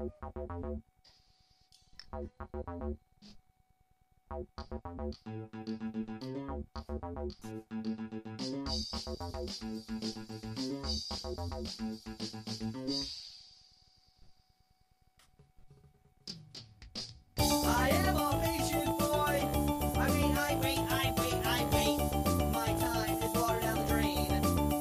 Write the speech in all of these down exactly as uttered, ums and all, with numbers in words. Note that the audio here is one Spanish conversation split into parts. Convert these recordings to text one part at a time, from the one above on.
I am a patient boy. I mean, I wait, I wait, I wait. My time is water down the drain.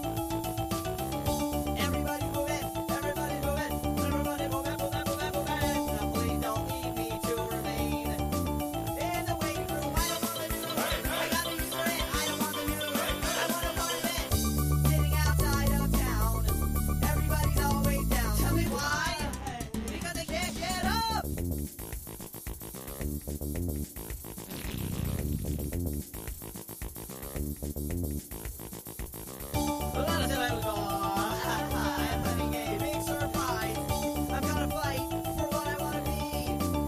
Everybody move in, everybody move in, everybody move in, move in, move in, move in. Now please don't leave me to remain in the waiting room. I don't want to do it. I got to use for it. I don't want to do it. I want to part of it. Sitting outside of town. Everybody's always down. Tell me why? Because they can't get up. I'm having a big surprise. I'm gonna fight for what I wanna be.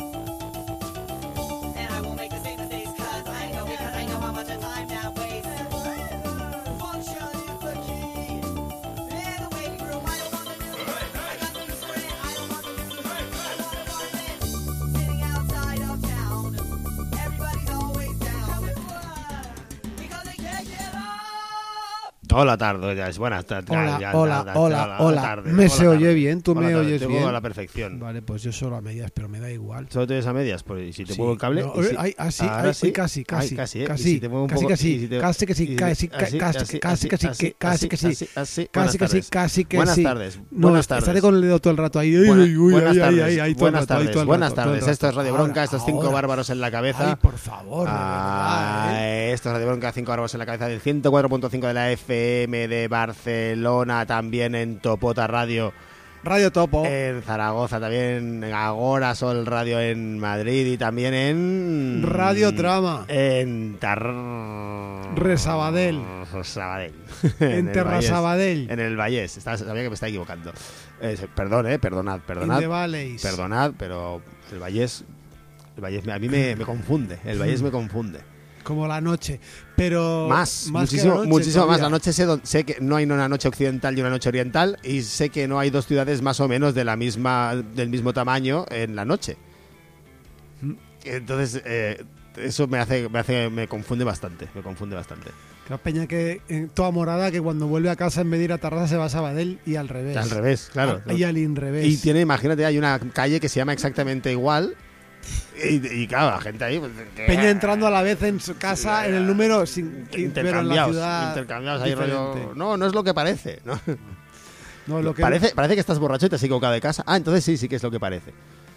And I won't make the same mistakes cause I know, because I know how much time that wastes. Function is the key. In the waiting room, I don't wanna do it. I got the use for it, I don't wanna do it. I wanna part of it. Sitting outside of town. Everybody's always down. Because they can't get up. Hola, tarde, ya es buenas tardes. Hola, ya, hola, ya, ya, hola, ya, hola. tarde, ¿Me hola, se tarde. oye bien? ¿Tú Hola, me tarde, oyes te bien? oigo a la perfección. Vale, pues yo solo a medias, pero me da igual. ¿Solo te oyes a medias? Pues, ¿y si te Sí. muevo el cable? No, ¿Y si- ay, ah, sí, ahora ay, sí? ay, casi, casi, Ay, casi, ¿eh? ¿Y casi, si te muevo un casi, poco- casi, y si te- casi que sí, y si- casi, así, casi, así, casi que sí, así, casi que sí, así, casi que sí, así, así. casi Buenas que sí, tardes. casi que Buenas sí. tardes. No, Buenas estaré tardes. con el dedo todo el rato ahí. Uy, Buena- uy, uy, buenas ay, ay, tardes, ay, ay, todo el buenas rato, ahí, tardes, todo el buenas rato, todo el tardes. Esto es rato. Radio Bronca, Ahora, estos cinco ahora. bárbaros en la cabeza. Ay, por favor, de Ah, verdad, ¿eh? esto es Radio Bronca, cinco bárbaros en la cabeza del ciento cuatro punto cinco de la F M de Barcelona, también en Topota Radio, Radio Topo, en Zaragoza, también en Agora Sol Radio en Madrid y también en Radio Trama, en Tar... Resabadell. Sabadell. en el Terra Vallés. Sabadell, En el Vallés. Estaba- sabía que me estaba equivocando. Eh, perdón, eh, perdonad, in perdonad. the Valleys. Perdonad, pero el Vallés, el Vallés me- a mí me, me confunde. El Vallés me confunde. Como la noche, pero Más, más que muchísimo, la noche muchísimo más. todavía. La noche sé, don- sé que no hay una noche occidental y una noche oriental, y sé que no hay dos ciudades más o menos de la misma, del mismo tamaño en la noche. Entonces, eh, eso me hace, me hace, me confunde bastante, me confunde bastante. Que la peña que eh, toda morada que cuando vuelve a casa en vez de ir a Tarrasa se va a Sabadell y al revés. Al revés, claro. Ah, y al inrevés. Y tiene, imagínate, hay una calle que se llama exactamente igual. Y, y claro, la gente ahí. Pues, Peña entrando a la vez en su casa en el número sin, pero en la intercambiados, ciudad intercambiados ahí diferente. rollo. No, no es lo que parece. ¿no? No, lo que parece, parece que estás borracho y te has equivocado de casa. Ah, entonces sí, sí que es lo que parece.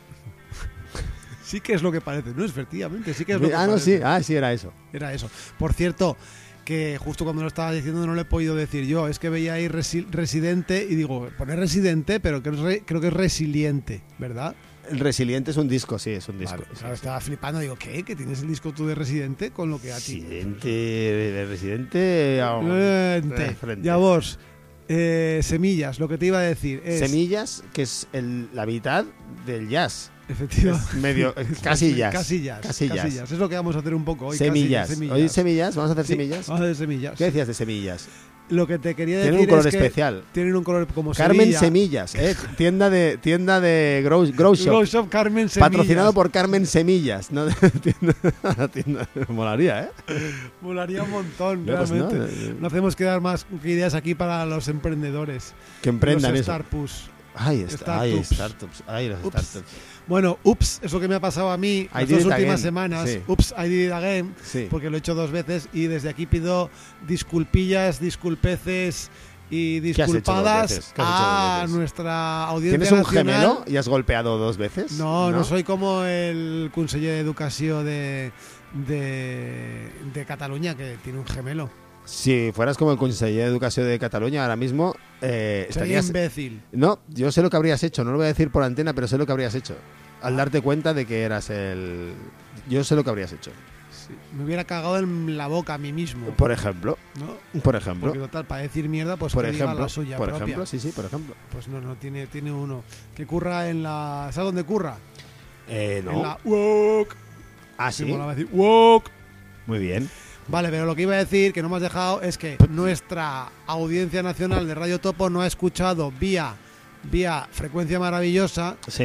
sí que es lo que parece, no, efectivamente, sí que es lo que Ah, no, parece. sí, ah, sí, era eso. Era eso. Por cierto, que justo cuando lo estaba diciendo no lo he podido decir yo, es que veía ahí resi- Residente y digo, poner Residente, pero que es re- creo que es Resiliente, ¿verdad? El Resiliente es un disco, sí, es un disco. Vale, sí, claro, sí. estaba flipando, digo, ¿qué? ¿Que tienes el disco tú de Residente? Con lo que a ti. Residente, de Residente. a- Residente. eh, frente. Ya vos, eh, Semillas, lo que te iba a decir es... Semillas, que es el- la mitad del jazz. Efectivamente. Es medio, casillas. Casillas. Casillas. Casillas. Es lo que vamos a hacer un poco hoy. Semillas. casillas, Hoy semillas, vamos a hacer Sí, semillas. Vamos a hacer semillas. ¿Qué decías de semillas? Lo que te quería decir Tienen un color es que especial. tienen un color como Carmen Sevilla. Semillas, eh, tienda de tienda de Grow, Grow Shop, Grow Shop Carmen Semillas. patrocinado por Carmen Semillas, ¿no? tienda, tienda, molaría, ¿eh? Molaría un montón, Ya, pues, realmente. ¿no? No hacemos que dar más ideas aquí para los emprendedores. Que emprendan los eso. Startups. Ay, está, ay, Startups. startups, ay, los Ups. startups. Bueno, ups, es lo que me ha pasado a mí I las did dos it últimas again. semanas. Sí. Ups, I did it again. Sí. Porque lo he hecho dos veces y desde aquí pido disculpillas, disculpeces y ¿Qué has hecho dos disculpadas veces? ¿Qué has hecho dos a veces? nuestra audiencia ¿Tienes un nacional. gemelo y has golpeado dos veces? No, no, soy como el conseller de Educación de, de, de Cataluña, que tiene un gemelo. Si fueras como el conseller de Educación de Cataluña ahora mismo, eh, Sería estarías... imbécil. No, yo sé lo que habrías hecho, no lo voy a decir por antena, pero sé lo que habrías hecho. Al darte cuenta de que eras el... Yo sé lo que habrías hecho. Sí, me hubiera cagado en la boca a mí mismo. Por ejemplo, ¿no? por ejemplo, Porque total, para decir mierda, pues por que diga ejemplo, la suya por propia. ejemplo, sí, sí, por ejemplo. Pues no, no, tiene, tiene uno. Que curra en la... ¿Sabes dónde curra? Eh, En no. la woke. Ah, Sí, sí. molaba decir woke. Muy bien. Vale, pero lo que iba a decir, que no me has dejado, es que nuestra audiencia nacional de Radio Topo no ha escuchado vía, vía Frecuencia Maravillosa Sí.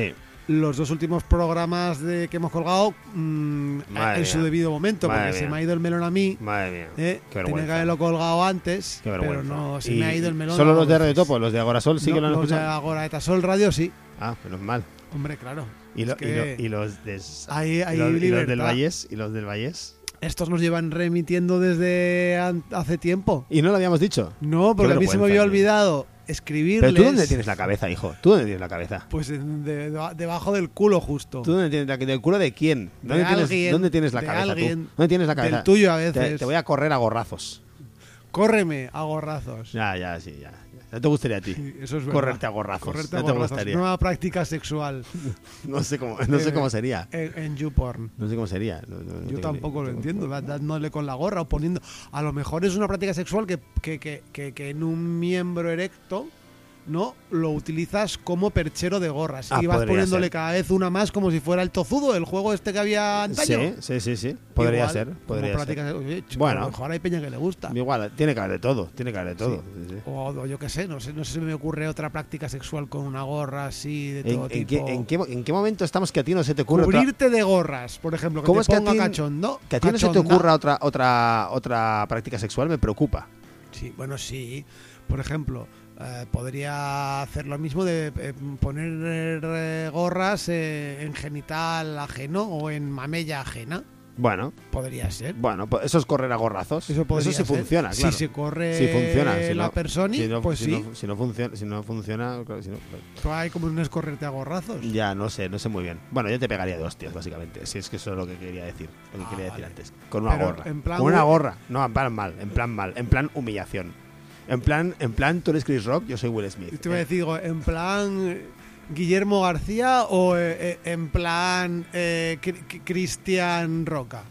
los dos últimos programas de que hemos colgado mm, Madre en mía. su debido momento, Madre porque se mía. me ha ido el melón a mí. Madre mía. Eh, Qué tenía vergüenza. que haberlo colgado antes, Qué pero vergüenza. no, se Y- me ha ido el melón. ¿Solo a los de Radio veces. Topo, los de Agorasol sí No, que lo han los de escuchado? Agora de Tasol Radio sí. Ah, menos mal. Hombre, claro. ¿Y, lo- Es que y, lo- y los de, Ahí y hay los, y los del libertad. Vallés? ¿Y los del Vallés? Estos nos llevan remitiendo desde an- hace tiempo. ¿Y no lo habíamos dicho? No, porque Qué a mí se me vergüenza, había tío. olvidado escribirles. Pero tú dónde tienes la cabeza, hijo. ¿Tú dónde tienes la cabeza? Pues en- de- de- debajo del culo justo. ¿Tú dónde tienes la ¿Del culo de quién? De ¿Dónde, tienes, alguien, ¿dónde tienes la de cabeza alguien, tú? ¿Dónde tienes la cabeza? del tuyo a Te, veces. te voy a correr a gorrazos. Córreme a gorrazos. Ya, ya, sí, ya. Ya te gustaría a ti. Sí, eso es verdad. Correrte a gorrazos. Correrte Ya a te gorrazos. gustaría. Nueva práctica sexual No sé cómo, no sé Eh, cómo sería. en, en YouPorn. No sé cómo sería. No- no- no Yo tengo tampoco ni- lo no- entiendo, da- dándole con la gorra o poniendo. A lo mejor es una práctica sexual que, que, que, que, que en un miembro erecto no lo utilizas como perchero de gorras. Ah, y vas podría poniéndole ser. cada vez una más como si fuera el tozudo, el juego este que había antaño. Sí, sí, sí, sí. Podría Igual, ser. como Podría práctica ser. se- Oye, ch- Bueno. a lo mejor hay peña que le gusta. Igual, tiene que haber de todo. Tiene que haber de todo. Sí, sí. O, o yo qué sé, no sé, no sé si me ocurre otra práctica sexual con una gorra así de ¿En, todo en tipo. qué, en, qué, mo- en qué momento estamos que a ti no se te ocurre otra, Cubrirte de gorras, por ejemplo, que ¿Cómo te es que a ponga ti- cachondo. que a ti no se te cachonda. ocurra otra, otra, otra práctica sexual? Me preocupa. Sí, bueno, sí. Por ejemplo, eh, podría hacer lo mismo de eh, poner eh, gorras eh, en genital ajeno o en mamella ajena. Bueno, Podría ser. bueno, pues eso es correr a gorrazos. Eso podría sí ser. funciona, claro. Si se corre Sí funciona. Si la no- persona, si no, pues si sí. no- si no funciona, si no funciona, claro, si no- Pero hay como no es correrte a gorrazos. ya no sé, no sé muy bien. Bueno, yo te pegaría de hostias, básicamente. Si es que eso es lo que quería decir, lo que Ah, quería decir vale. antes. Con una Pero gorra. en plan Con una hu- gorra. No, en plan mal, en plan mal, en plan humillación. En plan, en plan, tú eres Chris Rock, yo soy Will Smith. Y te voy a Eh, decir, digo, en plan eh, Guillermo García o eh, eh, en plan eh, Cri- Cri- Cristian Roca.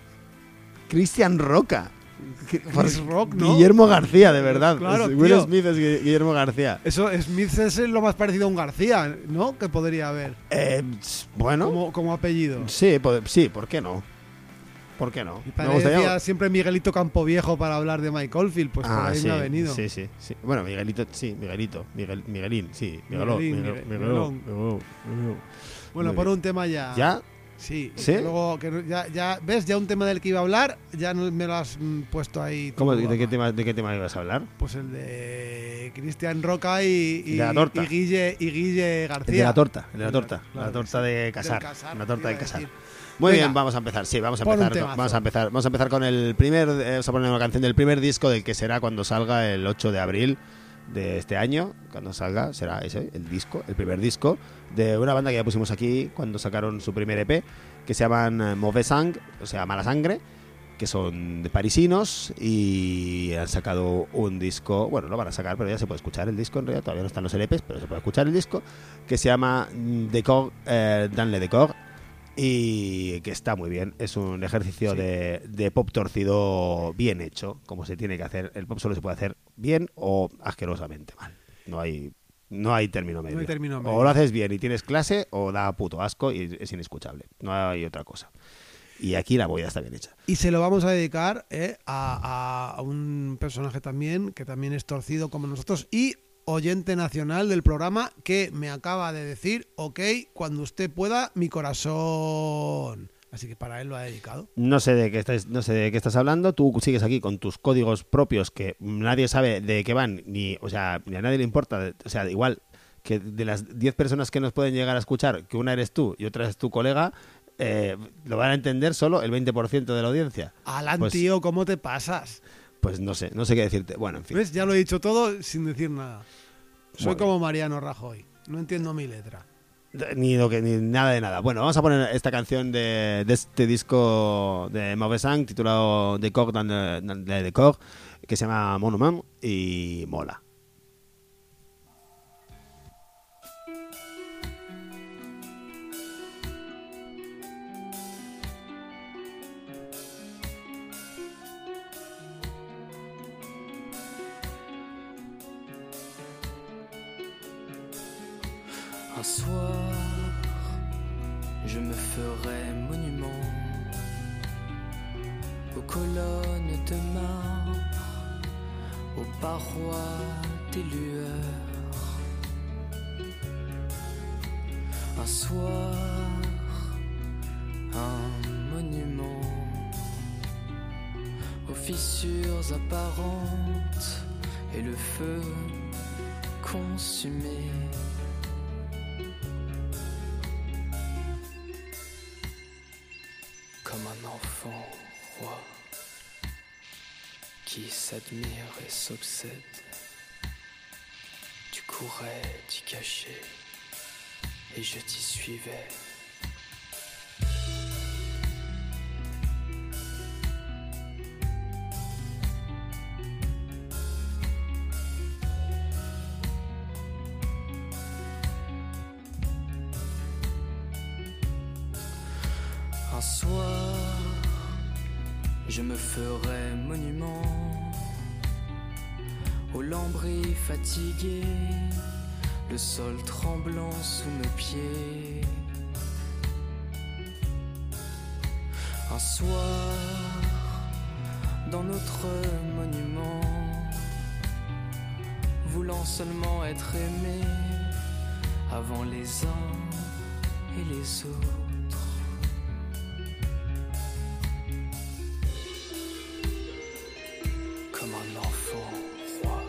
Cristian Roca. Chris Rock, ¿no? Guillermo García, de verdad. Claro, Es- Will tío. Smith es Gui- Guillermo García. Eso, Smith es lo más parecido a un García, ¿no? Que podría haber. Eh, bueno, Como, como apellido. sí, po- sí, ¿por qué no? ¿Por qué no? Y para decía siempre Miguelito Campoviejo para hablar de Mike Oldfield, pues por Ah, ahí sí, me ha venido. Sí, sí, sí. Bueno, Miguelito, sí, Miguelito. Miguel, Miguelín, sí. Miguelón, Miguelín, Miguel- Miguel- Miguelón, Miguelón. Miguelón, Miguelón. Bueno, Muy por bien. un tema ya. ¿Ya? Sí. ¿Sí? que luego, que no- ya, ya, ¿ves? Ya un tema del que iba a hablar, ya no me lo has mm, puesto ahí. ¿Cómo, todo de, qué guapa. tema, ¿De qué tema ibas a hablar? Pues el de Cristian Roca y, y, De la torta. y Guille, y Guille García. El de la torta, el de la El- torta. claro, la torta de del casar. casar, Una torta iba de a casar. decir. Muy Venga, bien, vamos a empezar. Sí, vamos a pon un empezar. temazo. Vamos a empezar. Vamos a empezar con el primer. eh, vamos a poner una canción del primer disco del que será cuando salga el ocho de abril de este año. Cuando salga será ese, el disco, el primer disco de una banda que ya pusimos aquí cuando sacaron su primer E P, que se llaman eh, Mauvais Sang, o sea, Mala Sangre, que son de parisinos y han sacado un disco, bueno, lo van a sacar, pero ya se puede escuchar el disco en realidad, todavía no están los L Ps, pero se puede escuchar el disco, que se llama Décor eh, dans le décor y que está muy bien, es un ejercicio Sí. de, de pop torcido bien hecho, como se tiene que hacer, el pop solo se puede hacer bien o asquerosamente mal, no hay... No hay término medio. hay término medio. O lo haces bien y tienes clase o da puto asco y es inescuchable. No hay otra cosa. Y aquí la movida está bien hecha. Y se lo vamos a dedicar eh, a, a un personaje también, que también es torcido como nosotros y oyente nacional del programa, que me acaba de decir, ok, cuando usted pueda, mi corazón. Así que para él lo ha dedicado. No sé de qué estás, no sé de qué estás hablando. Tú sigues aquí con tus códigos propios que nadie sabe de qué van, ni, o sea, ni a nadie le importa. O sea, igual que de las diez personas que nos pueden llegar a escuchar, que una eres tú y otra es tu colega, eh, lo van a entender solo el veinte por ciento de la audiencia. Alan, Pues- tío, ¿cómo te pasas? Pues no sé, no sé qué decirte. Bueno, en fin. ¿Ves? Ya lo he dicho todo sin decir nada. Soy Muy como Mariano Rajoy. No entiendo mi letra. Ni, lo que, ni nada de nada. Bueno, vamos a poner esta canción de, de este disco de Mauvais Sang titulado Décor dans le, dans le décor, que se llama Monument y mola. Un soir, je me ferai monument aux colonnes de marbre, aux parois des lueurs. Un soir, un monument aux fissures apparentes et le feu consumé. Comme un enfant roi qui s'admire et s'obsède. Tu courais, t'y cachais, et je t'y suivais. Un soir, je me ferai monument aux lambris fatigués, le sol tremblant sous mes pieds. Un soir, dans notre monument, voulant seulement être aimé avant les uns et les autres. Comme un enfant roi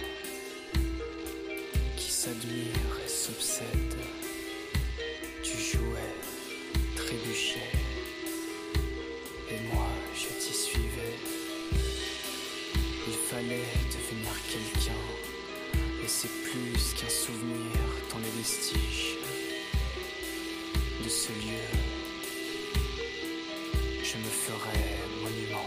qui s'admire et s'obsède. Tu jouais, trébuchais, et moi je t'y suivais. Il fallait devenir quelqu'un, et c'est plus qu'un souvenir dans les vestiges de ce lieu. Je me ferai monument.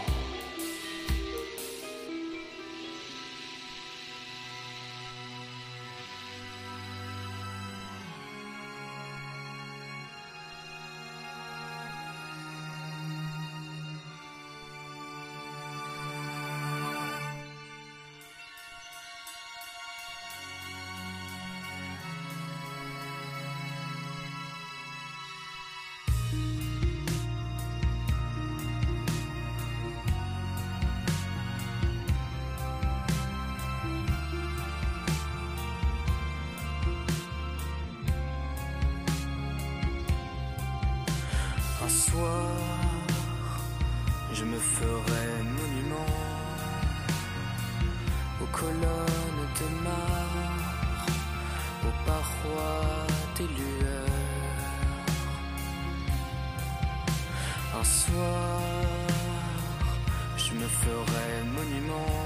Un soir, je me ferai monument aux colonnes de marbre, aux parois des lueurs. Un soir, je me ferai monument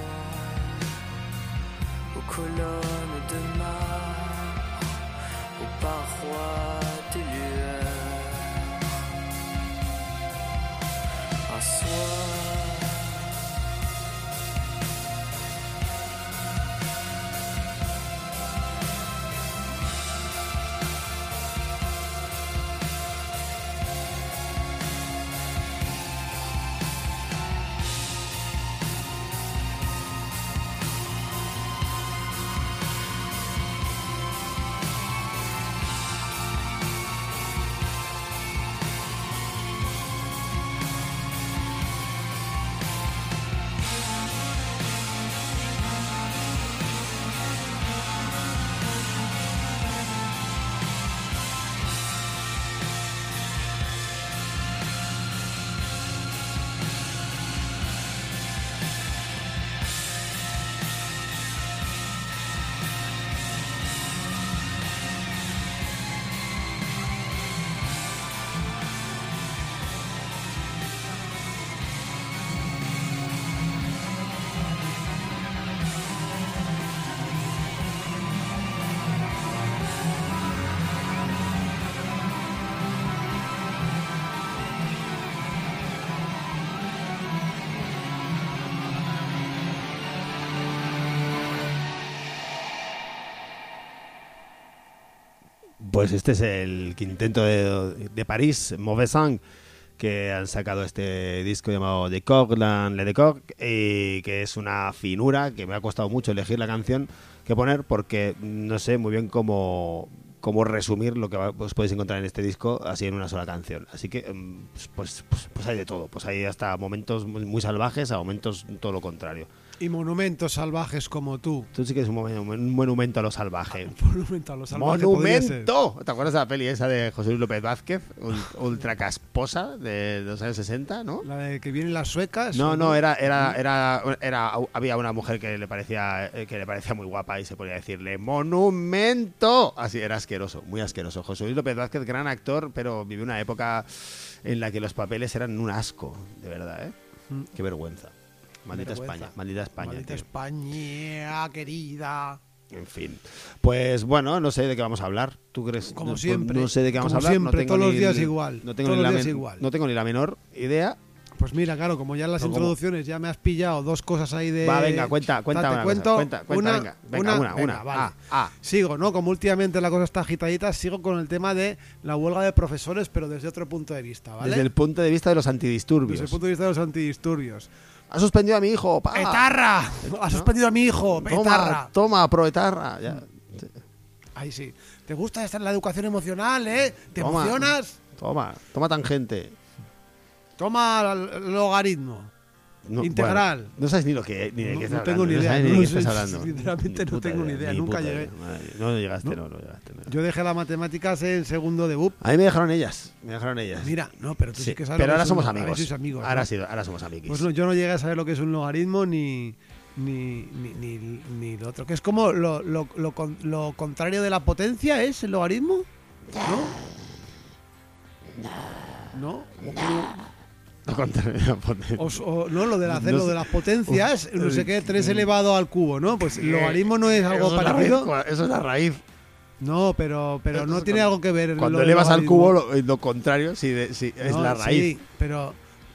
aux colonnes de marbre, aux parois des lueurs. Un soir, Pues este es el quinteto de, de París, Mauvais Sang, que han sacado este disco llamado The Coglan Le Decor, y que es una finura, que me ha costado mucho elegir la canción que poner, porque no sé muy bien cómo, cómo resumir lo que va, os podéis encontrar en este disco así en una sola canción. Así que pues, pues, pues hay de todo, pues hay hasta momentos muy, muy salvajes a momentos todo lo contrario. Y monumentos salvajes como tú. Tú sí que eres un, momen- un monumento a lo salvaje. Monumento a los salvajes. podría ser. ¡Monumento! ¿Te acuerdas de la peli esa de José Luis López Vázquez? Ul- Ultra casposa de los años sesenta, ¿no? La de que vienen las suecas. No, ¿o no, era, era, era, era, había una mujer que le parecía, eh, que le parecía muy guapa y se podía decirle ¡monumento! Así, era asqueroso, muy asqueroso. José Luis López Vázquez, gran actor, pero vivió una época en la que los papeles eran un asco, de verdad, ¿eh? Mm. Qué vergüenza. Maldita Vergüenza. España, maldita España. Maldita tío. España, querida. En fin. Pues bueno, no sé de qué vamos a hablar. ¿Tú crees? Como no, siempre. No sé de qué vamos Como a hablar. siempre, no tengo todos los ni días el- igual. No tengo, Todos ni los la días men- igual. no tengo ni la menor idea. Pues mira, claro, como ya en las No, ¿cómo? introducciones ya me has pillado dos cosas ahí de... Va, venga, cuenta, cuenta O sea, te una cuento cosa. Cuenta, cuenta, una, venga. Venga, una, venga, una. vale. Ah, ah. Sigo, ¿no? Como últimamente la cosa está agitadita, sigo con el tema de la huelga de profesores, pero desde otro punto de vista, ¿vale? Desde el punto de vista de los antidisturbios. Desde el punto de vista de los antidisturbios. Ha suspendido a mi hijo, pa. ¡Etarra! Ha suspendido a mi hijo, Toma, ¡Etarra! toma, proetarra. Ya. Ahí sí. ¿Te gusta esta la educación emocional, eh? ¿Te Toma. emocionas? Toma, toma tangente. Toma el logaritmo. No, Integral. bueno, no sabes ni lo que ni de No- qué no estás tengo hablando, ni idea, sabes ni no de qué sé, estás hablando. sinceramente no puta tengo ni idea, ni nunca puta llegué. idea, madre mía. No llegaste, ¿No? no, no llegaste. no. Yo dejé las matemáticas en segundo de B U P. A mí me dejaron ellas, me dejaron ellas. Mira, no, pero tú sí, Sí, que sabes pero lo que ahora es somos un- amigos. Ahora sois amigos, ahora, ¿no? sí, ahora somos amiguis. Pues no, yo no llegué a saber lo que es un logaritmo ni ni, ni, ni, ni lo otro. Que es como lo, lo, lo, con- lo contrario de la potencia, ¿es el logaritmo? ¿No? ¿No? ¿O cómo? Lo contrario, la potencia. O, o- no, lo de hacer No lo sé. de las potencias, no sé qué, tres Mm. elevado al cubo, ¿no? Pues el logaritmo no es algo Eso es la parecido. raíz, eso es la raíz. No, pero, pero Eso no es tiene cuando- algo que ver. Cuando lo del elevas al logaritmo. cubo, lo, lo contrario, sí, de- sí, es No, la raíz. Sí, pero,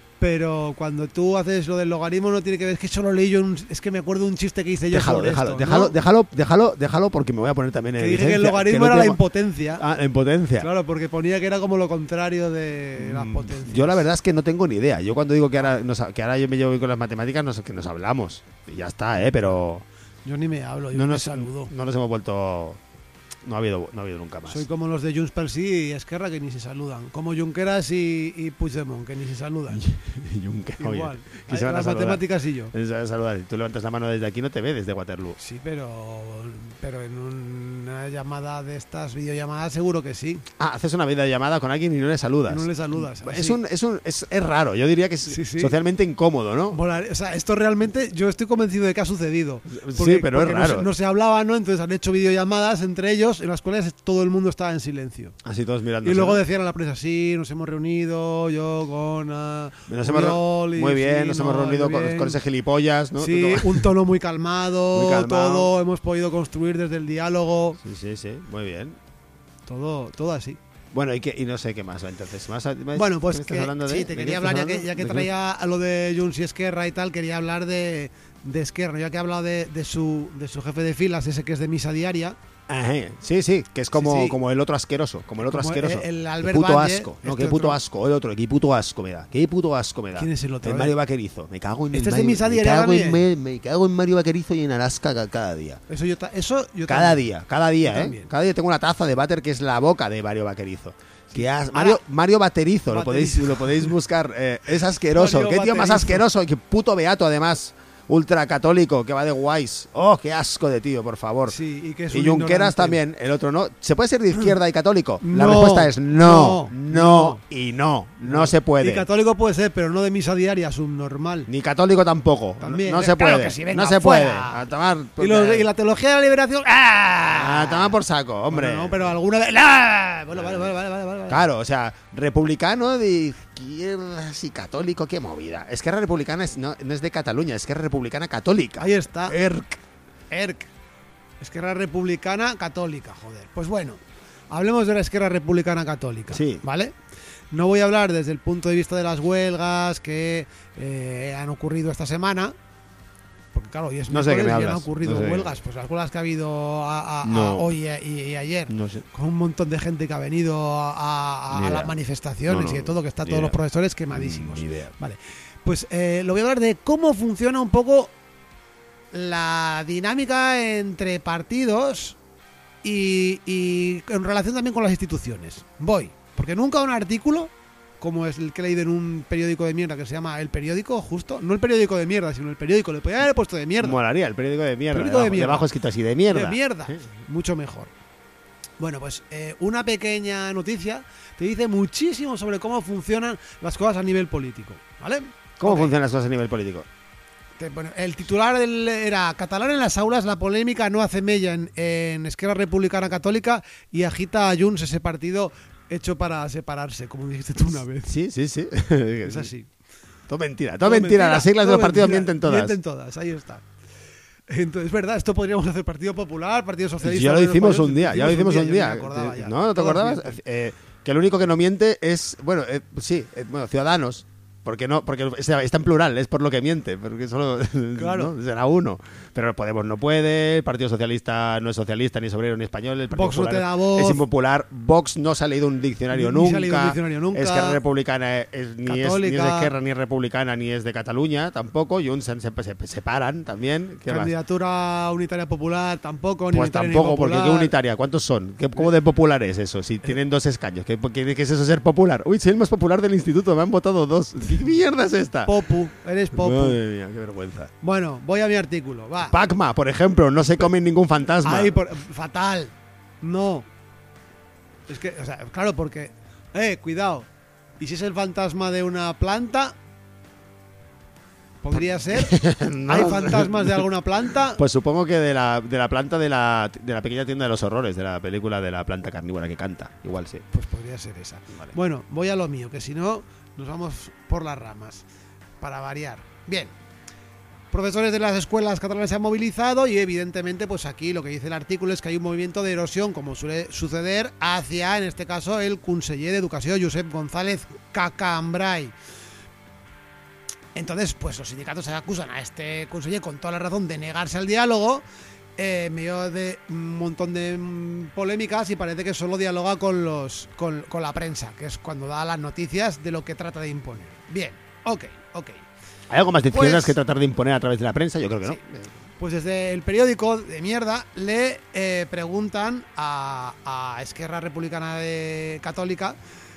pero cuando tú haces lo del logaritmo no tiene que ver. Es que eso lo leí yo. en un- es que me acuerdo de un chiste que hice yo Déjalo, sobre déjalo, esto, déjalo, ¿no? déjalo, déjalo, déjalo, porque me voy a poner también en Que dije que el licencia, logaritmo no era la tengo- impotencia. Ah, la impotencia. Claro, porque ponía que era como lo contrario de las Mm, potencias. Yo la verdad es que no tengo ni idea. Yo cuando digo que ahora, nos- que ahora yo me llevo bien con las matemáticas, nos, que nos hablamos. Y ya está, ¿eh? Pero Yo ni me hablo, yo no me nos, saludo. no nos hemos vuelto... No ha habido, no ha habido nunca más. Soy como los de Junts per Sí y Esquerra que ni se saludan. Como Junqueras y, y Puigdemont que ni se saludan. Juncker, Igual. oye, que se van a Las saludar. matemáticas y yo. Se van a saludar. Si tú levantas la mano desde aquí, no te ve desde Waterloo. Sí, pero, pero en una llamada de estas videollamadas seguro que sí. Ah, haces una videollamada con alguien y no le saludas. No le saludas. Es, así. un, es, un, es, es raro. Yo diría que es Sí, sí. socialmente incómodo, ¿no? Volar- o sea, esto realmente yo estoy convencido de que ha sucedido. Sí, pero es porque no raro. se- No, se hablaba, ¿no? Entonces han hecho videollamadas entre ellos en las cuales todo el mundo estaba en silencio. Así todos mirando. Y luego decían a la prensa, sí, nos hemos reunido, yo con... ah, Nos hemos re- Uriol y muy bien, sí, nos no, hemos reunido muy con, bien". con ese gilipollas, ¿no? Sí, un tono muy calmado, Muy calmado. todo hemos podido construir desde el diálogo, Sí, sí, sí, muy bien. todo, todo así. Bueno, y, que, y no sé qué más. Entonces, ¿más, más- Bueno, pues ¿qué me estás que, hablando de? sí, ¿De te qué quería estás hablar, ya que, hablando? ya que ¿De qué? traía a lo de Junts y Esquerra y tal, quería hablar de, de Esquerra, ya que he hablado de, de, su, de su jefe de filas, ese que es de misa diaria. Ajá, sí, sí, que es como, Sí, sí. como el otro asqueroso, como el otro Como asqueroso. el- el Qué Albert puto Valle, asco, no, este qué puto otro. asco, el otro, qué puto asco me da, qué puto asco me da. ¿Quién es el otro? El A Mario ver. Vaquerizo, me cago en Este el es de Mario- Misa me Diaria cago en también. me, me cago en Mario Vaquerizo y en Alaska ca- cada día. Eso yo, ta- eso yo Cada también. día, cada día, Yo ¿eh? también. Cada día tengo una taza de váter que es la boca de Mario Vaquerizo. Que has- Mario, Mario Baterizo, lo podéis, Baterizo. lo podéis buscar. eh, es asqueroso. Mario Qué tío más Baterizo. asqueroso. Y qué puto beato, además. Ultracatólico, que va de guays. Oh, qué asco de tío, por favor. Sí, y que es Y un Junqueras ignorante. también, el otro no. ¿Se puede ser de izquierda y católico? La No, respuesta es no, no, no, no. y no. No se puede. Y católico puede ser, pero no de misa diaria, subnormal. Ni católico tampoco. También, no eh, se claro puede. que sí, venga, no se fuera. puede. A tomar. Y, los- y la teología de la liberación. ¡Ah! A tomar por saco, hombre. Bueno, no, pero alguna vez. ¡Ah! Bueno, vale, vale, vale, vale, vale. Claro, o sea, republicano de izquierdas y católico, qué movida. Esquerra Republicana es, no, no es de Cataluña, es Esquerra Republicana Católica. Ahí está. ERC. ERC. Esquerra Republicana Católica, joder. Pues bueno, hablemos de la Esquerra Republicana Católica. Sí. ¿Vale? No voy a hablar desde el punto de vista de las huelgas que eh, han ocurrido esta semana. Porque claro, hoy es No sé de qué miércoles me y han hablas, ocurrido no sé de qué. huelgas. Pues las huelgas que ha habido a- a- a No. hoy y, y ayer. No sé. Con un montón de gente que ha venido a, a- Ni a idea. las manifestaciones No, no, y de todo, que están ni todos idea. los profesores quemadísimos. Ni idea. Vale, pues eh, lo voy a hablar de cómo funciona un poco la dinámica entre partidos y, y en relación también con las instituciones. Voy, porque nunca un artículo como es el que he leído en un periódico de mierda que se llama El Periódico, justo. No el periódico de mierda, sino el periódico. Le podía haber puesto de mierda. Molaría, el periódico de mierda. Periódico de debajo, mierda. debajo escrito así, de mierda. De mierda. Sí. Mucho mejor. Bueno, pues eh, una pequeña noticia te dice muchísimo sobre cómo funcionan las cosas a nivel político, ¿vale? ¿Cómo Ok. funcionan las cosas a nivel político? Te pone- El titular del- era Catalán en las aulas, la polémica no hace mella en, en Esquerra Republicana Católica y agita a Junts ese partido hecho para separarse, como dijiste tú una vez. Sí, sí, sí. Es así. Todo mentira, todo, mentira. Las siglas de todo los partidos mentira. mienten todas. Mienten todas, ahí está. Entonces, es verdad, esto podríamos hacer Partido Popular, Partido Socialista. Ya lo Unión hicimos Española, un día, ya lo hicimos un yo día. ni me acordaba ya. ¿No? ¿No te Todos acordabas? mienten. Eh, que lo único que no miente es, bueno, eh, sí, eh, bueno, Ciudadanos. Porque no, porque está está en plural, es por lo que miente, porque solo Claro. ¿no? será uno. Pero Podemos no puede, el Partido Socialista no es socialista, ni obrero, ni español, el Partido Vox no Popular te da voz. es impopular, Vox no se ha leído un diccionario Ni nunca, se ha leído un diccionario nunca. Esquerra Republicana es, ni, es, ni es de Católica. Esquerra, ni es republicana, ni es de Cataluña, tampoco, Junts se, se, se separan también. ¿Qué más? Candidatura unitaria popular tampoco, ni Pues unitaria ni tampoco, porque popular. ¿qué unitaria? ¿Cuántos son? ¿Qué, ¿Cómo de popular es eso? Si tienen dos escaños, ¿qué, qué, qué es eso ser popular? Uy, soy el más popular del instituto, me han votado dos. ¿Qué mierda es esta? Popu, eres Popu. Madre mía, qué vergüenza. Bueno, voy a mi artículo, va. Pacma, por ejemplo, no se comen ningún fantasma. Ahí, por- fatal. No. Es que, o sea, claro, porque... Eh, cuidado. ¿Y si es el fantasma de una planta? ¿Podría ser? No ¿Hay lo sé. fantasmas de alguna planta? Pues supongo que de la, de la planta de la, de la pequeña tienda de los horrores, de la película de la planta carnívora que canta. Igual sí. Pues podría ser esa. Vale. Bueno, voy a lo mío, que si no, nos vamos por las ramas. Para variar. Bien. Profesores de las escuelas catalanas se han movilizado y evidentemente pues aquí lo que dice el artículo es que hay un movimiento de erosión, como suele suceder, hacia, en este caso, el conseller de Educación, Josep González Cacambray. Entonces, pues los sindicatos acusan a este conseller con toda la razón de negarse al diálogo, eh, en medio de un montón de mm, polémicas, y parece que solo dialoga con los con, con la prensa, que es cuando da las noticias de lo que trata de imponer. Bien, ok, ok. ¿Hay algo más de izquierdas Pues- que tratar de imponer a través de la prensa? Yo creo que no. Sí. Pues desde el periódico de mierda le eh, preguntan a, a Esquerra Republicana de Católica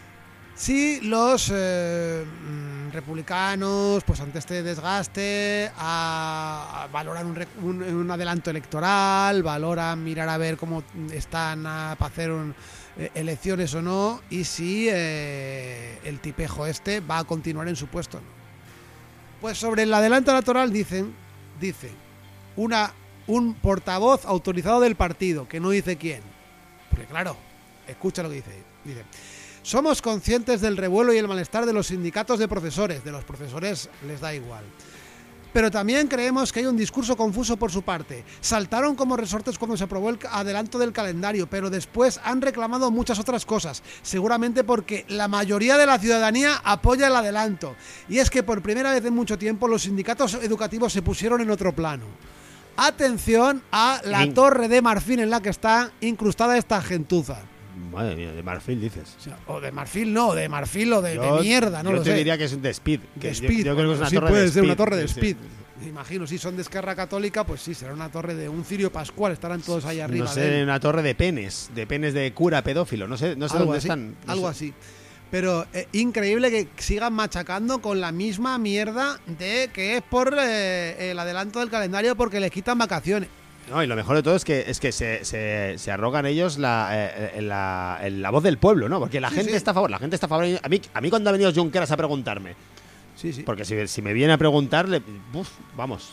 si los eh, mm, republicanos, pues ante este desgaste, a- a- valoran un, rec- un- un adelanto electoral, valoran mirar a ver cómo están a- para hacer un, eh, elecciones o no, y si eh, el tipejo este va a continuar en su puesto o no. Pues sobre el adelanto electoral dicen, dice una, un portavoz autorizado del partido, que no dice quién. Porque claro, escucha lo que dice. Dice, somos conscientes del revuelo y el malestar de los sindicatos de profesores. De los profesores les da igual. Pero también creemos que hay un discurso confuso por su parte. Saltaron como resortes cuando se aprobó el adelanto del calendario, pero después han reclamado muchas otras cosas, seguramente porque la mayoría de la ciudadanía apoya el adelanto. Y es que por primera vez en mucho tiempo los sindicatos educativos se pusieron en otro plano. Atención a la Bien. torre de marfil en la que está incrustada esta gentuza. Madre mía, de marfil dices. O, sea, o de marfil no, de marfil o de, Yo- de mierda, no yo lo te sé. diría que es de speed. Que De yo- Speed, Yo, creo que es una sí, torre puede de ser una Speed. torre de Sí, Speed. sí. Me imagino, si son de Esquerra Católica, pues sí, será una torre de un cirio pascual, estarán todos ahí arriba. No de sé, él. una torre de penes, de penes de cura pedófilo. No sé, no sé algo dónde así, están. no algo sé. así. Pero eh, increíble que sigan machacando con la misma mierda de que es por eh, el adelanto del calendario porque les quitan vacaciones. No, y lo mejor de todo es que es que se, se, se arrogan ellos la, eh, eh, la, eh, la voz del pueblo, ¿no? Porque la Sí, gente sí. está a favor, la gente está a favor. A mí, a mí cuando ha venido Junqueras a preguntarme, Sí, sí. porque si, si me viene a preguntarle, uf, vamos,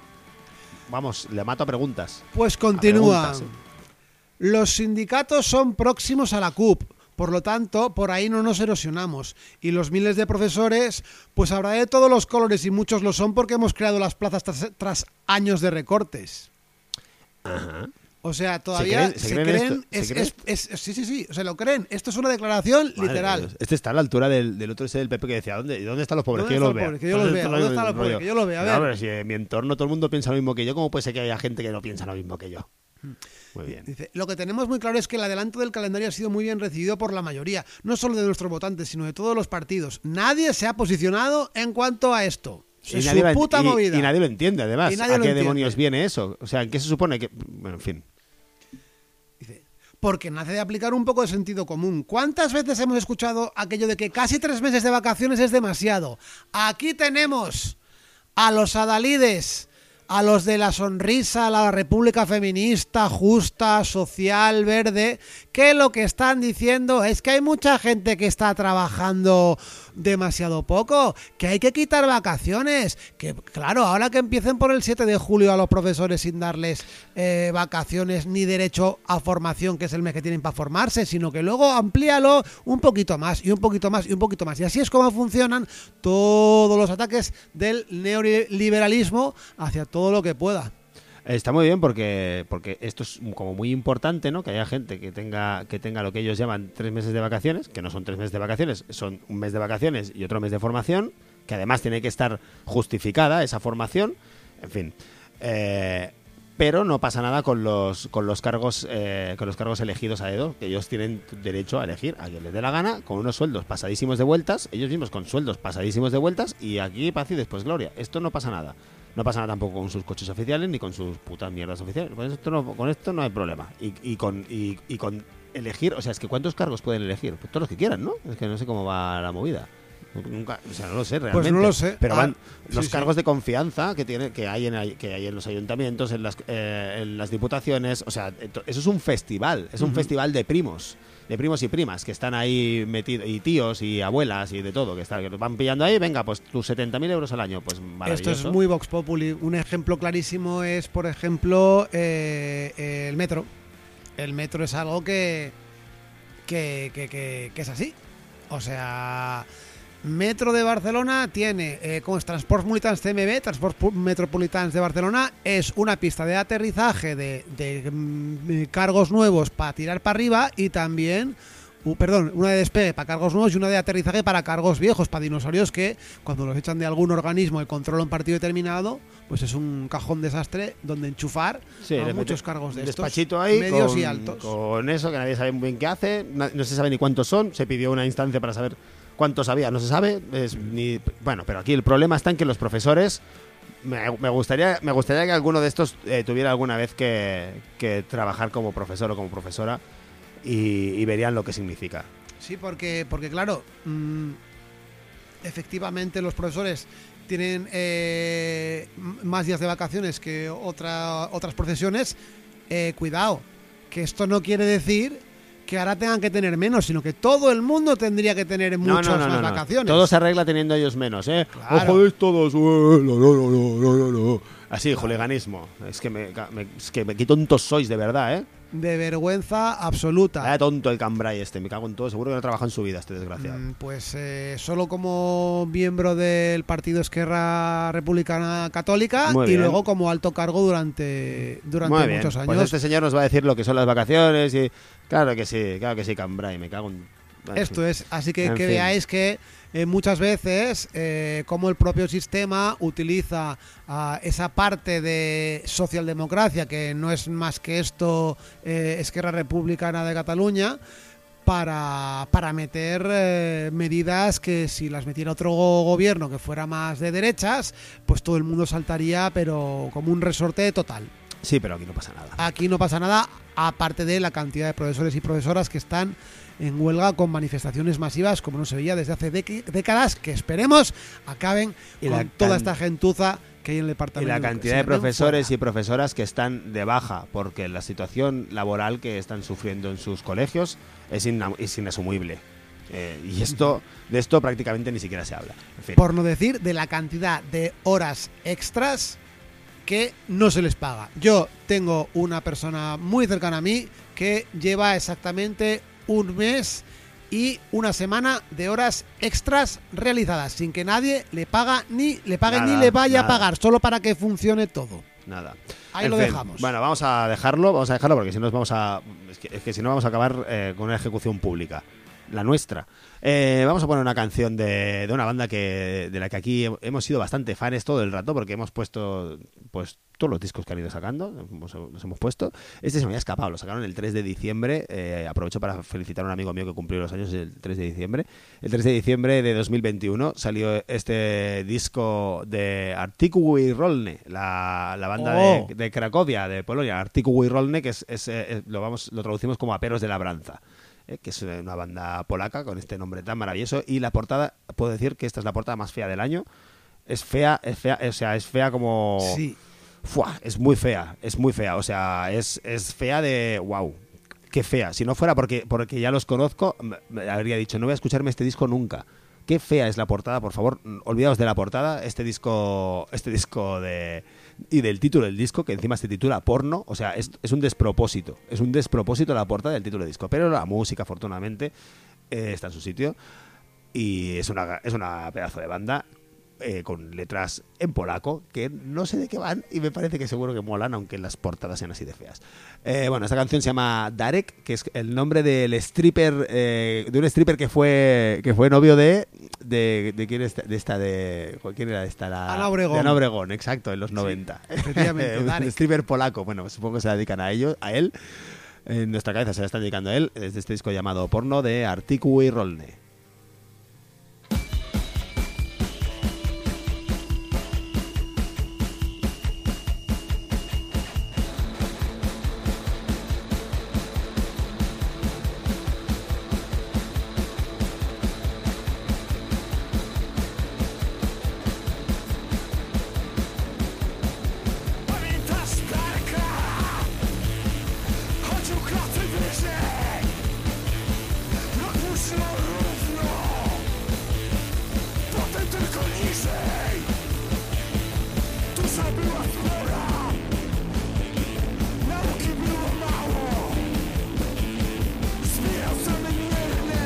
vamos, le mato a preguntas. Pues continúa. preguntas, Los sindicatos son próximos a la C U P, por lo tanto, por ahí no nos erosionamos. Y los miles de profesores, pues habrá de todos los colores y muchos lo son porque hemos creado las plazas tras, tras años de recortes. Ajá. O sea, todavía creen- se se, creen creen, esto? ¿Se es- creen es- es- sí, sí, sí, se lo creen. Esto es una declaración Madre literal. de Dios. Este está a la altura del, del otro ese del P P que decía, ¿dónde, ¿dónde están los pobres? ¿Dónde Que yo los están vea. los pobres? Que yo los vea. ¿Dónde están los pobres? rollo. Que yo los vea. A No, ver. pero si en mi entorno todo el mundo piensa lo mismo que yo, ¿cómo puede ser que haya gente que no piensa lo mismo que yo? Muy bien. Dice, lo que tenemos muy claro es que el adelanto del calendario ha sido muy bien recibido por la mayoría, no solo de nuestros votantes, sino de todos los partidos. Nadie se ha posicionado en cuanto a esto. Y Es nadie, su lo, puta y- movida. y nadie lo entiende, además. Y nadie ¿A lo qué entiende. demonios viene eso? O sea, ¿en qué se supone que...? Bueno, en fin. Dice, porque nace de aplicar un poco de sentido común. ¿Cuántas veces hemos escuchado aquello de que casi tres meses de vacaciones es demasiado? Aquí tenemos a los adalides, a los de la sonrisa, la República Feminista, justa, social, verde, que lo que están diciendo es que hay mucha gente que está trabajando demasiado poco, que hay que quitar vacaciones, que claro, ahora que empiecen por el siete de julio a los profesores sin darles eh, vacaciones ni derecho a formación, que es el mes que tienen para formarse, sino que luego amplíalo un poquito más y un poquito más y un poquito más. Y así es como funcionan todos los ataques del neoliberalismo hacia todo lo que pueda. Está muy bien porque porque esto es como muy importante, ¿no? Que haya gente que tenga que tenga lo que ellos llaman tres meses de vacaciones, que no son tres meses de vacaciones, son un mes de vacaciones y otro mes de formación, que además tiene que estar justificada esa formación, en fin. Eh, pero no pasa nada con los con los cargos eh, con los cargos elegidos a dedo, que ellos tienen derecho a elegir a quien les dé la gana, con unos sueldos pasadísimos de vueltas, ellos mismos con sueldos pasadísimos de vueltas, y aquí paz y después gloria. Esto no pasa nada. No pasa nada tampoco con sus coches oficiales ni con sus putas mierdas oficiales. Con esto no, con esto no hay problema. Y, y, con, y, y con elegir, o sea, es que ¿cuántos cargos pueden elegir? Pues todos los que quieran, ¿no? Es que no sé cómo va la movida. Nunca, o sea, no lo sé realmente. Pues no lo sé. Pero van ah, los sí, cargos sí. de confianza que tiene, que hay en que hay en los ayuntamientos, en las eh, en las diputaciones. O sea, eso es un festival. Es un Uh-huh. festival de primos. De primos y primas que están ahí metidos, y tíos y abuelas y de todo, que, están, que los van pillando ahí. Venga, pues tus setenta mil euros al año, pues maravilloso. Esto es muy Vox Populi. Un ejemplo clarísimo es, por ejemplo, eh, el metro. El metro es algo que que, que, que, que es así. O sea, Metro de Barcelona tiene, eh, como es Transports Metropolitans C M B, Transports Metropolitans de Barcelona, es una pista de aterrizaje de, de, de cargos nuevos para tirar para arriba y también, uh, perdón, una de despegue para cargos nuevos y una de aterrizaje para cargos viejos, para dinosaurios que cuando los echan de algún organismo de control en partido determinado, pues es un cajón desastre donde enchufar Sí, a le muchos mete cargos de un estos, despachito ahí medios con, y altos. con eso que nadie sabe muy bien qué hace, no, no se sabe ni cuántos son, se pidió una instancia para saber cuántos había, no se sabe, es ni bueno, pero aquí el problema está en que los profesores, me, me gustaría me gustaría que alguno de estos eh, tuviera alguna vez que, que trabajar como profesor o como profesora y, y verían lo que significa. Sí, porque, porque claro, mmm, efectivamente los profesores tienen eh, más días de vacaciones que otra, otras profesiones. Eh, cuidado, que esto no quiere decir que ahora tengan que tener menos, sino que todo el mundo tendría que tener No, muchas no, no, más no, no. vacaciones. Todo se arregla teniendo ellos menos, ¿eh? Claro. Ojo, es todos. No, no, no, no, no, no. Así, hooliganismo. Es que me, me, es que me, qué tontos sois, de verdad, ¿eh? De vergüenza absoluta. Vaya tonto el Cambrai este, me cago en todo. Seguro que no trabaja en su vida este desgraciado. Mm, Pues eh, solo como miembro del Partido Esquerra Republicana Católica Muy y bien. luego como alto cargo durante, durante Muy bien. muchos años. Pues este señor nos va a decir lo que son las vacaciones y... Claro que sí, claro que sí, Cambrai, me cago en... en Esto fin. es, así que En que fin. veáis que eh, muchas veces eh, como el propio sistema utiliza ah, esa parte de socialdemocracia, que no es más que esto, eh, Esquerra Republicana de Cataluña, para, para meter eh, medidas que si las metiera otro go- gobierno que fuera más de derechas, pues todo el mundo saltaría, pero como un resorte total. Sí, pero aquí no pasa nada. Aquí no pasa nada, aparte de la cantidad de profesores y profesoras que están en huelga con manifestaciones masivas como no se veía desde hace dec- décadas, que esperemos acaben Y con la toda can- esta gentuza que hay en el Y departamento. la de cantidad de Educación. profesores y Fuera. profesoras que están de baja, porque la situación laboral que están sufriendo en sus colegios es, inna- es inasumible. Eh, y esto de esto prácticamente ni siquiera se habla. En fin. Por no decir de la cantidad de horas extras que no se les paga. Yo tengo una persona muy cercana a mí que lleva exactamente un mes y una semana de horas extras realizadas sin que nadie le paga ni le pague Nada, ni le vaya nada. a pagar, solo para que funcione todo. Nada. Ahí En lo fin, dejamos. Bueno, vamos a dejarlo, vamos a dejarlo porque si no nos vamos a es que, es que si no vamos a acabar eh, con una ejecución pública, la nuestra. Eh, vamos a poner una canción de, de una banda que de la que aquí hemos sido bastante fans todo el rato porque hemos puesto pues todos los discos que han ido sacando, hemos, nos hemos puesto. Este se me había escapado, lo sacaron el tres de diciembre. Eh, aprovecho para felicitar a un amigo mío que cumplió los años el tres de diciembre. El tres de diciembre de dos mil veintiuno salió este disco de Artikuły Rolny, la, la banda Oh. de, de Cracovia, de Polonia. Artikuły Rolny, que es, es, es- lo, vamos, lo traducimos como Aperos de Labranza. Eh, que es una banda polaca con este nombre tan maravilloso. Y la portada, puedo decir que esta es la portada más fea del año. Es fea, es fea, o sea, es fea como... Sí. Fua, es muy fea, es muy fea. O sea, es, es fea de... ¡Wow! ¡Qué fea! Si no fuera porque, porque ya los conozco, me- me habría dicho, no voy a escucharme este disco nunca. Qué fea es la portada, por favor, mm, olvidaos de la portada. Este disco, este disco de... Y del título del disco, que encima se titula Porno. O sea, es, es un despropósito. Es un despropósito la portada del título del disco. Pero la música, afortunadamente, eh, está en su sitio. Y es una, es una pedazo de banda eh, con letras en polaco que no sé de qué van y me parece que seguro que molan, aunque las portadas sean así de feas. Eh, bueno, esta canción se llama Darek, que es el nombre del stripper, eh, de un stripper que fue que fue novio de de, de quién esta, de esta de ¿quién era esta? La, Ana Obregón. de Ana Obregón, exacto, en los noventa. efectivamente, un Darek. stripper polaco. Bueno, supongo que se dedican a ello, a él. En nuestra cabeza se la están dedicando a él desde este disco llamado Porno de Artikuły Rolny. Pamiętasz Darka? Chodził klasy wyżej, rok muszło równo, potem tylko niżej. Dusza była spora, nauki było mało, zbierał same mierne,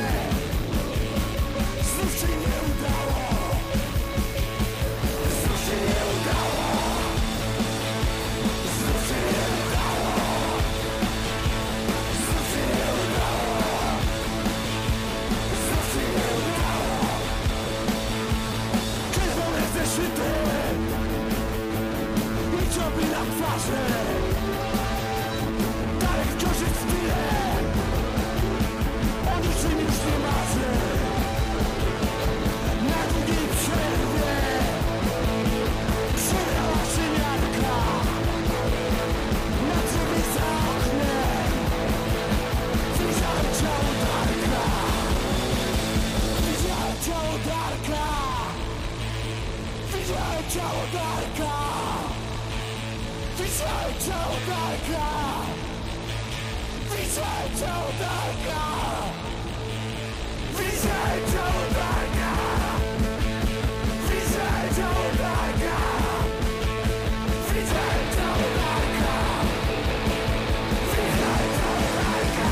znów się nie udało, znów się nie udało. Czerwone zeszyty i cioby na twarzy. Darek wciąż jest w tyle, o niczym już nie marzy. Na długiej przerwie przylała się miarka. Na drzewie za oknem widziałem ciało Darka. Widziałem ciało Darka. Widziałem ciało Darka. Widziałem ciało Darka. Widziałem ciało Darka. Widziałem ciało Darka. Widziałem ciało Darka. Widziałem ciało Darka. Widziałem ciało Darka.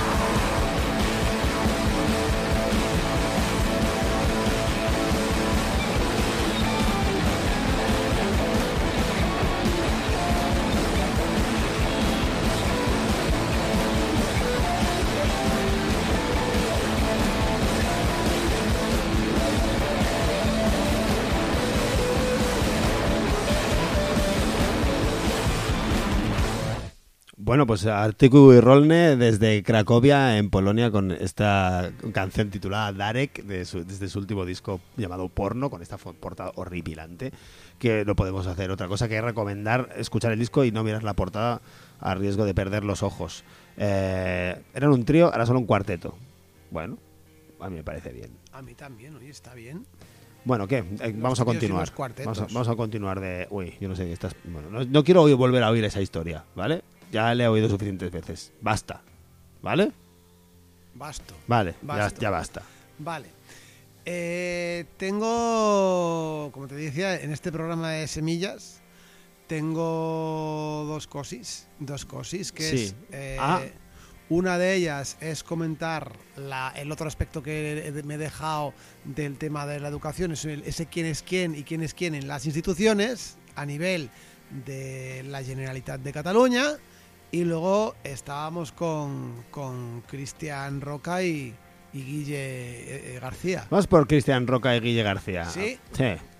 Bueno, pues Artikuły Rolny desde Cracovia, en Polonia, con esta canción titulada Darek, de su- desde su último disco llamado Porno, con esta fo- portada horripilante, que no podemos hacer otra cosa que recomendar escuchar el disco y no mirar la portada a riesgo de perder los ojos. Eh, eran un trío, ahora son un cuarteto. Bueno, a mí me parece bien. A mí también, oye, está bien. Bueno, ¿qué? Eh, vamos a tríos y continuar. los cuartetos. Vamos a, vamos a continuar de... Uy, yo no sé qué estás... Bueno, no, no quiero oír- volver a oír esa historia, ¿vale? Ya le he oído suficientes veces. Basta. ¿Vale? Basto. Vale, ya, Basto. ya basta. Vale. Eh, tengo, como te decía, en este programa de semillas, tengo dos cosis. Dos cosis, que Sí. es... eh, Ah. Una de ellas es comentar la, el otro aspecto que he- me he dejado del tema de la educación, es el- ese quién es quién y quién es quién en las instituciones a nivel de la Generalitat de Cataluña. Y luego estábamos con, con Cristian Roca y, y Guille eh, eh, García. Vamos por Cristian Roca y Guille García. ¿Sí? Sí.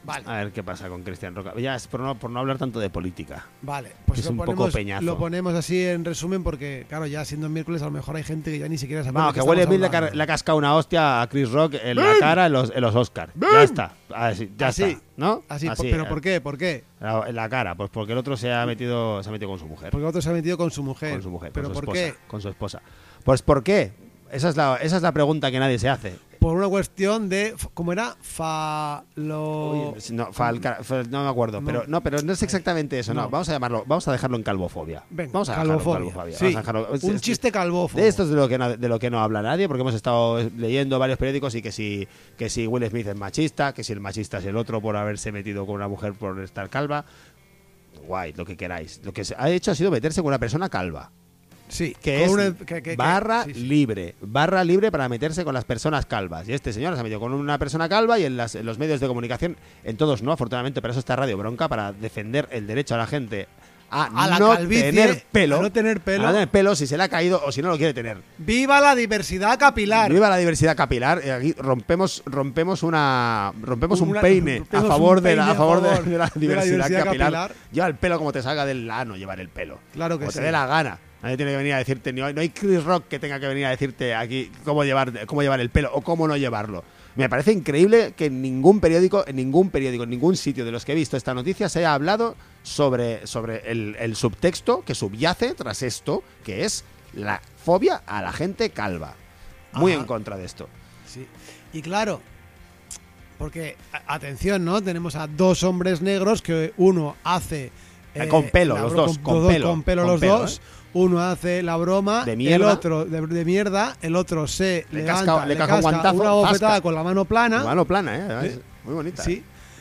Vale. A ver qué pasa con Cristian Roca. Ya es por no, por no hablar tanto de política. Vale, pues Es lo un poco ponemos, peñazo. lo ponemos así en resumen porque, claro, ya siendo miércoles a lo mejor hay gente que ya ni siquiera sabe Vamos, de que qué Will estamos Smith le, hablando. ca- le ha cascado una hostia a Chris Rock en la cara en los, en los Oscars. Ya está. Así, ya Así. está. ¿No? Así, Así, ¿pero eh, por qué? ¿Por qué? la- En la cara. Pues porque el otro se ha metido, se ha metido con su mujer. Porque otro se ha metido con su mujer. Con su mujer. ¿Pero con su por esposa, qué? Con su esposa. Pues ¿por qué? Esa es la, esa es la pregunta que nadie se hace. Por una cuestión de, ¿cómo era? Falo... Oye, no, falca- fa- no me acuerdo, No. pero no, pero no es exactamente eso, no. No. Vamos a llamarlo, vamos a dejarlo en calvofobia. Venga, vamos a dejarlo en calvofobia. calvofobia. Sí, Vamos a dejarlo- un es- chiste calvófobo. De esto es de lo que no, de lo que no habla nadie, porque hemos estado leyendo varios periódicos y que si que si Will Smith es machista, que si el machista es el otro por haberse metido con una mujer por estar calva. Guay, lo que queráis. Lo que se ha hecho ha sido meterse con una persona calva. Sí, Que con es una- que- que- que- barra sí, sí. libre, barra libre para meterse con las personas calvas. Y este señor se ha metido con una persona calva y en, las- en los medios de comunicación, en todos no, afortunadamente, pero eso está Radio Bronca para defender el derecho a la gente a, A la no calvicie, tener pelo, a no tener pelo. a no tener pelo si se le ha caído o si no lo quiere tener. ¡Viva la diversidad capilar! Viva la diversidad capilar. Eh, Aquí rompemos rompemos una rompemos un Una- peine rompemos a favor un de la peine a favor de, favor de la de la diversidad, diversidad capilar. capilar. Lleva el pelo como te salga del ano llevar el pelo. Claro que como sí. te dé la gana. Nadie tiene que venir a decirte, ni- no hay Chris Rock que tenga que venir a decirte aquí cómo llevar cómo llevar el pelo o cómo no llevarlo. Me parece increíble que en ningún periódico, en ningún periódico, en ningún sitio de los que he visto esta noticia se haya hablado sobre, sobre el, el subtexto que subyace tras esto, que es la fobia a la gente calva. Muy Ajá. en contra de esto. Sí. Y claro, porque, a- atención, ¿no? Tenemos a dos hombres negros que uno hace... Eh, con pelo, la los bro- dos, con pelo, Con pelo con los pelo, dos. ¿eh? Uno hace la broma, De el mierda. otro de, de mierda, el otro se Le levanta, casca- le le casca un casca guantazo, una bofetada zasca. con la mano plana. Mano plana, ¿eh? Además, Sí. Muy bonita. Sí.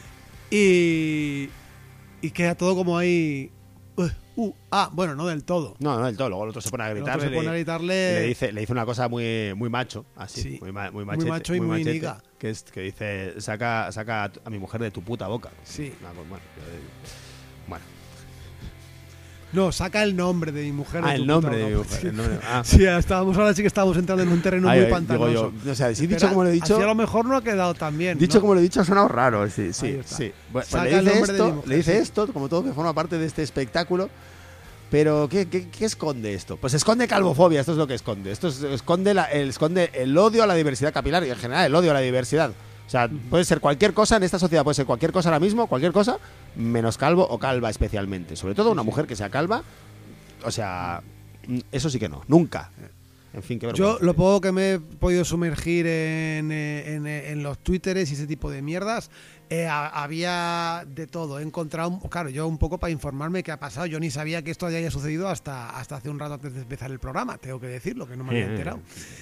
Y, y queda todo como ahí... Uh, uh, ah, bueno, no del todo. No, no del todo. Luego el otro se pone a El otro gritarle. se pone a le- gritarle... le dice, le dice una cosa muy, muy macho, así, Sí. muy, ma- muy Muy machete, macho y muy machete, niga. que es que dice, saca, saca a tu- a mi mujer de tu puta boca. Sí. Una co- bueno, eh, bueno. No, saca el nombre de mi mujer. Ah, de el tu nombre puta de mi boca. mujer, Sí. el nombre- ah. Sí, estábamos, ahora sí que estábamos entrando en un terreno Ay, muy ay, pantanoso. digo yo, o sea, si dicho Pero como lo he dicho, así a lo mejor no ha quedado tan bien. dicho ¿no? como lo he dicho ha sonado raro, sí, Ahí sí, está. sí. Bueno, pues Saca le el dice nombre de mi esto, mujer, le dice sí. esto, como todo que forma parte de este espectáculo. Pero ¿qué, qué, qué esconde esto? Pues esconde calvofobia, esto es lo que esconde. Esto es- esconde, la- el, esconde el odio a la diversidad capilar y en general el odio a la diversidad. O sea, puede ser cualquier cosa en esta sociedad, puede ser cualquier cosa ahora mismo, cualquier cosa, menos calvo o calva especialmente. Sobre todo una mujer que sea calva, o sea, mm, eso sí que no, nunca. En fin, qué Yo vergüenza. lo poco que me he podido sumergir en, eh, en, eh, en los twitteres y ese tipo de mierdas, eh, ha- había de todo. He encontrado, un- claro, yo un poco para informarme qué ha pasado. Yo ni sabía que esto haya sucedido hasta, hasta hace un rato antes de empezar el programa, tengo que decirlo, que no me había Sí, enterado.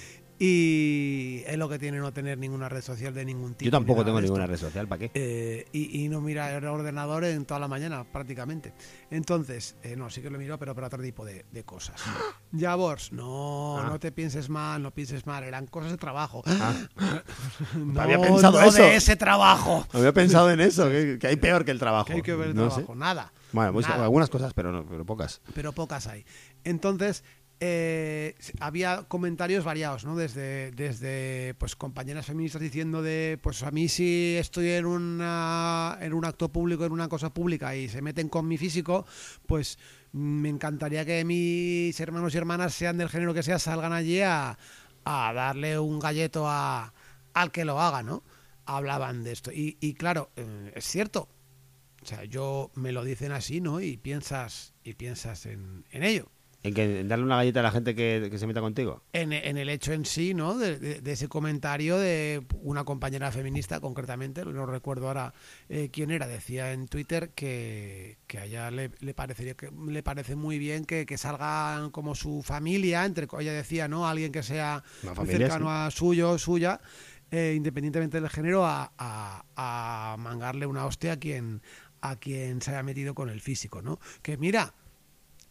Y es lo que tiene no tener ninguna red social de ningún tipo. Yo tampoco ni nada tengo de esto. ninguna red social, ¿para qué? Eh, y, y no mira el ordenador en toda la mañana, prácticamente. Entonces, eh, no, sí que lo miro, pero para otro tipo de, de cosas. Ya, Bors, no, Ah. no te pienses mal, no pienses mal, eran cosas de trabajo. Ah. no, Había pensado no eso. de ese trabajo. Había pensado en eso, que, que hay peor que el trabajo. Que hay que ver el No trabajo, sé. nada. Bueno, pues, Nada. algunas cosas, pero, no, pero pocas. Pero pocas hay. Entonces, eh, había comentarios variados, ¿no? Desde, desde pues compañeras feministas diciendo de, pues a mí si estoy en una en un acto público, en una cosa pública y se meten con mi físico, pues me encantaría que mis hermanos y hermanas, sean del género que sea, salgan allí a, a darle un galleto a, al que lo haga, ¿no? Hablaban de esto. Y, y claro, eh, es cierto. O sea, yo me lo dicen así, ¿no? Y piensas, y piensas en, en ello. ¿En, que, en darle una galleta a la gente que, que se meta contigo? En, en el hecho en sí, ¿no? De, de- de ese comentario de una compañera feminista, concretamente, no recuerdo ahora eh, quién era, decía en Twitter que, que a ella le, le parecería que le parece muy bien que, que salgan como su familia, entre ella decía, ¿no? Alguien que sea Una muy familia, cercano sí. a suyo, suya, eh, independientemente del género, a, a, a mangarle una hostia a quien a quien se haya metido con el físico, ¿no? Que mira,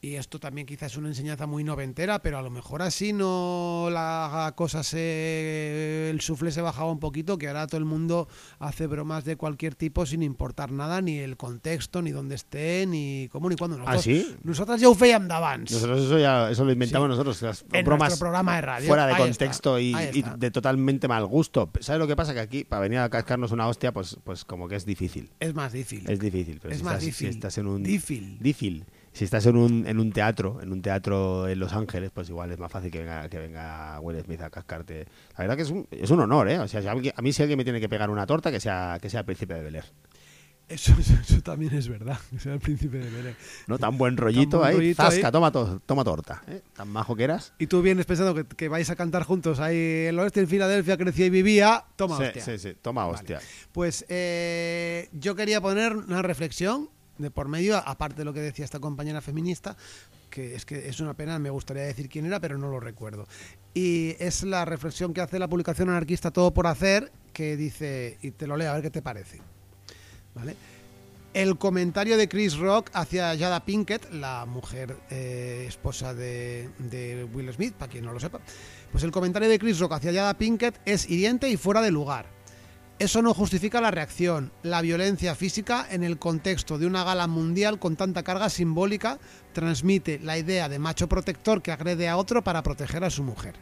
y esto también quizás es una enseñanza muy noventera, pero a lo mejor así no la cosa se... el suflé se bajaba un poquito, que ahora todo el mundo hace bromas de cualquier tipo sin importar nada, ni el contexto, ni dónde esté, ni cómo, ni cuándo. Nosotros, ¿Ah, sí? Nosotras ya ho fèiem d'abans. Nosotros eso ya eso lo inventamos Sí. nosotros, las En bromas nuestro programa de radio. fuera de Ahí contexto está, y, ahí y está. de totalmente mal gusto. ¿Sabes lo que pasa? Que aquí, para venir a cascarnos una hostia, pues, pues como que es difícil. Es más difícil. Es difícil. Pero Es si más estás, difícil. Si estás en un... Difícil. Difícil. Si estás en un, en un teatro, en un teatro en Los Ángeles, pues igual es más fácil que venga, que venga Will Smith a cascarte. La verdad que es un, es un honor, ¿eh? O sea, si alguien- a mí si alguien me tiene que pegar una torta, que sea, que sea el príncipe de Bel-Air. Eso, eso, eso también es verdad, que sea el príncipe de Belén. ¿No? Tan buen rollito buen ahí. rollito Zasca, ahí. toma, to- toma torta. ¿eh? Tan majo que eras. Y tú vienes pensando que, que vais a cantar juntos ahí el oeste en Filadelfia, crecía y vivía. Toma, sí, hostia. sí, sí. Toma, Vale. hostia. Pues eh, yo quería poner una reflexión de por medio, aparte de lo que decía esta compañera feminista, que es que es una pena, me gustaría decir quién era, pero no lo recuerdo. Y es la reflexión que hace la publicación anarquista Todo por Hacer, que dice, y te lo leo a ver qué te parece. ¿Vale? El comentario de Chris Rock hacia Jada Pinkett, la mujer eh, esposa de, de Will Smith, para quien no lo sepa, pues el comentario de Chris Rock hacia Jada Pinkett es hiriente y fuera de lugar. Eso no justifica la reacción, la violencia física en el contexto de una gala mundial con tanta carga simbólica transmite la idea de macho protector que agrede a otro para proteger a su mujer.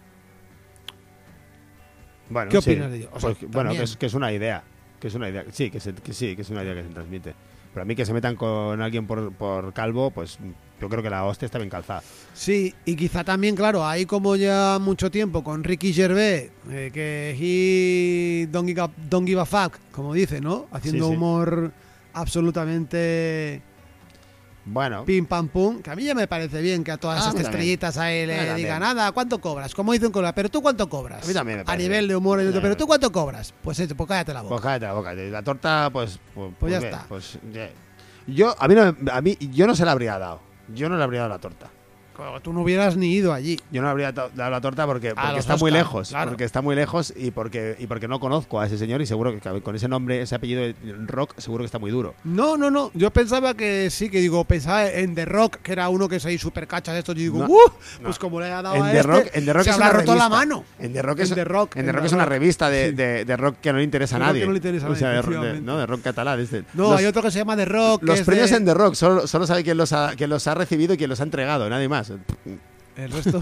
Bueno, ¿Qué sí. opinas de ello? O sea, Pues, bueno, que también. es, que es una idea. Que es una idea. Sí, que, se- que sí, que es una idea que se transmite. Pero a mí que se metan con alguien por, por calvo, pues yo creo que la hostia está bien calzada. Sí, y quizá también, claro, hay como ya mucho tiempo con Ricky Gervais, eh, que he don't give, a, don't give a fuck, como dice, ¿no? Haciendo Sí, sí. humor absolutamente Bueno, pim pam pum, que a mí ya me parece bien que a todas Ah, a mí estas también. estrellitas ahí A mí le también. digan, nada, ¿cuánto cobras? Como dicen con la, pero tú ¿cuánto cobras? A mí también me A parece nivel bien. de humor, y de- Ya, pero ya. tú ¿cuánto cobras? Pues eso, pues cállate la boca. pues cállate la boca. La torta, pues. Pues, Pues ya bien, está. Pues, ya. Yo, a mí, no, a mí, yo no se la habría dado. Yo no le habría dado la torta. Como tú no hubieras ni ido allí. Yo no le habría to- dado la torta porque, porque los está muy Oscar, lejos. claro. Porque está muy lejos y porque, y porque no conozco a ese señor y seguro que con ese nombre, ese apellido de Rock, seguro que está muy duro. No, no, no. Yo pensaba que sí, que digo, pensaba en The Rock, que era uno que se super cachas esto. Yo digo, No, ¡uh! no. Pues como le ha dado En a The este, Rock, en The Rock se es habrá una roto la revista. mano. En The Rock En es, The Rock, en The en Rock The es una Rock. revista de, Sí. de, de rock que no le interesa a De rock nadie. que no le interesa a O sea, nadie, de, de- efectivamente. no, de rock catalán. Este. No, Los- hay otro que se llama The Rock. que Los es premios de- en The Rock solo, solo sabe quién los, ha, quién los ha recibido y quién los ha entregado, nadie más. El resto.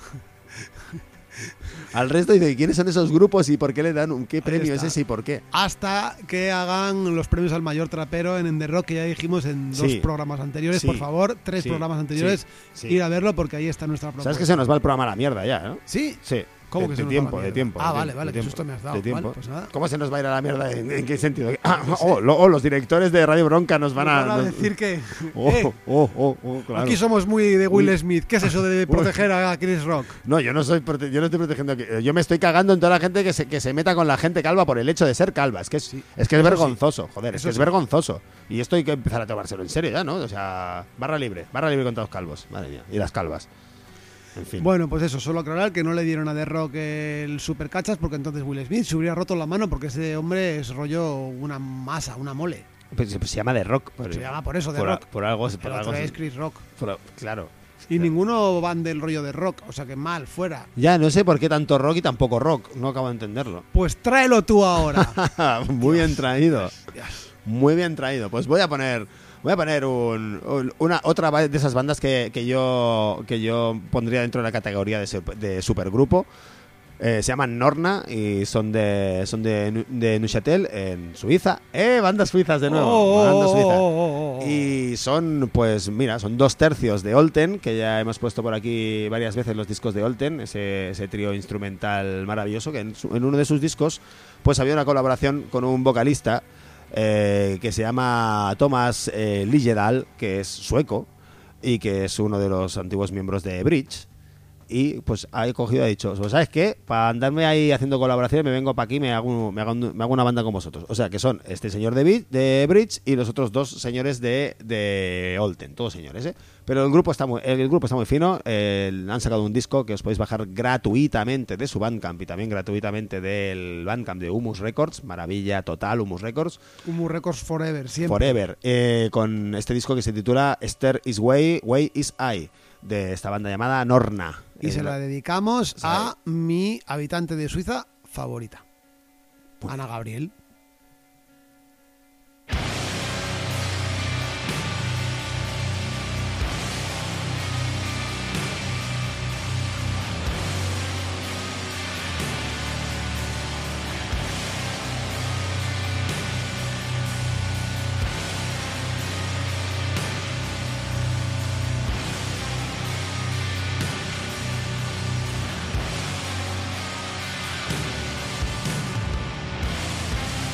Al resto dice, ¿quiénes son esos grupos y por qué le dan un qué premio es está. ese y por qué? Hasta que hagan los premios al mayor trapero en, en The Rock, que ya dijimos en dos Sí. programas anteriores. Sí. Por favor, tres Sí. programas anteriores, Sí. Sí. ir a verlo porque ahí está nuestra propuesta. ¿Sabes que se nos va el programa a la mierda ya, no? Sí. Sí. ¿Cómo de, que se de nos va a la tiempo, de mierda? tiempo. Ah, de vale, tiempo, vale, de qué tiempo, susto me has dado. de tiempo. Vale, pues nada. ¿Cómo se nos va a ir a la mierda? ¿En, en qué sentido? Ah, oh, lo- oh, los directores de Radio Bronca nos van Nos a... van a nos- decir que Oh, eh, oh, oh, oh, claro. aquí somos muy de Will Uy. Smith. ¿Qué es eso de proteger a Chris Rock? No, yo no soy prote- yo no estoy protegiendo aquí. Yo me estoy cagando en toda la gente que se, que se meta con la gente calva por el hecho de ser calva. Es que es, Sí. es, que es Eso vergonzoso, joder, es Eso que es sí. vergonzoso. Y esto hay que empezar a tomárselo en serio ya, ¿no? O sea, barra libre, barra libre con todos los calvos. Madre mía, y las calvas. En fin. Bueno, pues eso, solo aclarar que no le dieron a The Rock el supercachas porque entonces Will Smith se hubiera roto la mano porque ese hombre es rollo una masa, una mole. Pues se, pues se llama The Rock. por- Se llama por eso, The por, Rock. por algo, El por otro algo es Chris Rock. por- claro. Y ninguno van del rollo de rock, o sea que mal, fuera. Ya, no sé por qué tanto rock y tampoco rock. No acabo de entenderlo. Pues tráelo tú ahora. Muy bien traído. Dios. Muy bien traído. Pues voy a poner, voy a poner un, un- una otra de esas bandas que, que yo que yo pondría dentro de la categoría de, sup- de supergrupo. Eh, se llaman Norna y son de son de, Nu- de Neuchâtel en Suiza. Eh, bandas suizas de nuevo. Oh, bandas oh, suizas. oh, oh, oh, oh. Y son, pues mira, son dos tercios de Olten, que ya hemos puesto por aquí varias veces los discos de Olten, ese, ese trío instrumental maravilloso, que en, su- en uno de sus discos pues había una colaboración con un vocalista eh, que se llama Thomas eh, Lijedal, que es sueco y que es uno de los antiguos miembros de Bridge. y pues ha cogido y ha dicho, pues, ¿sabes qué? Para andarme ahí haciendo colaboraciones me vengo para aquí, me hago, me, hago, me hago una banda con vosotros. O sea, que son este señor de, Bi- de Bridge y los otros dos señores de, de Olten, todos señores, ¿eh? Pero el grupo está muy, el grupo está muy fino, eh, han sacado un disco que os podéis bajar gratuitamente de su Bandcamp y también gratuitamente del Bandcamp de Humus Records, maravilla total, Humus Records. Humus Records Forever, siempre. Forever, eh, con este disco que se titula Esther is Way, Way is I, de esta banda llamada Norna. Y Eh, se la dedicamos o sea, a mi habitante de Suiza favorita, Ana Gabriel. I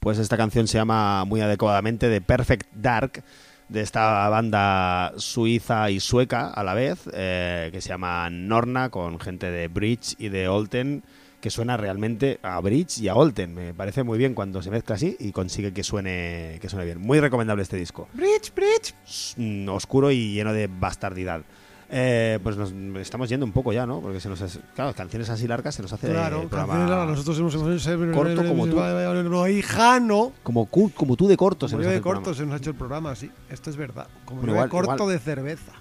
pues esta canción se llama muy adecuadamente The Perfect Dark, de esta banda suiza y sueca a la vez, eh, que se llama Norna, con gente de Bridge y de Olten, que suena realmente a Bridge y a Olten. Me parece muy bien cuando se mezcla así y consigue que suene, que suene bien. Muy recomendable este disco. Bridge, Bridge. S- Oscuro y lleno de bastardidad. Eh, pues nos estamos yendo un poco ya, ¿no? Porque se nos hace, claro, canciones así largas se nos hace Claro, el programa canciones largas, nosotros hemos hemos- corto como tú. No, hija, no. como, cu- como tú de corto. se Como nos yo hace de el programa. corto se nos ha hecho el programa, sí. Esto es verdad. Como Bueno, yo de igual- corto igual- de cerveza.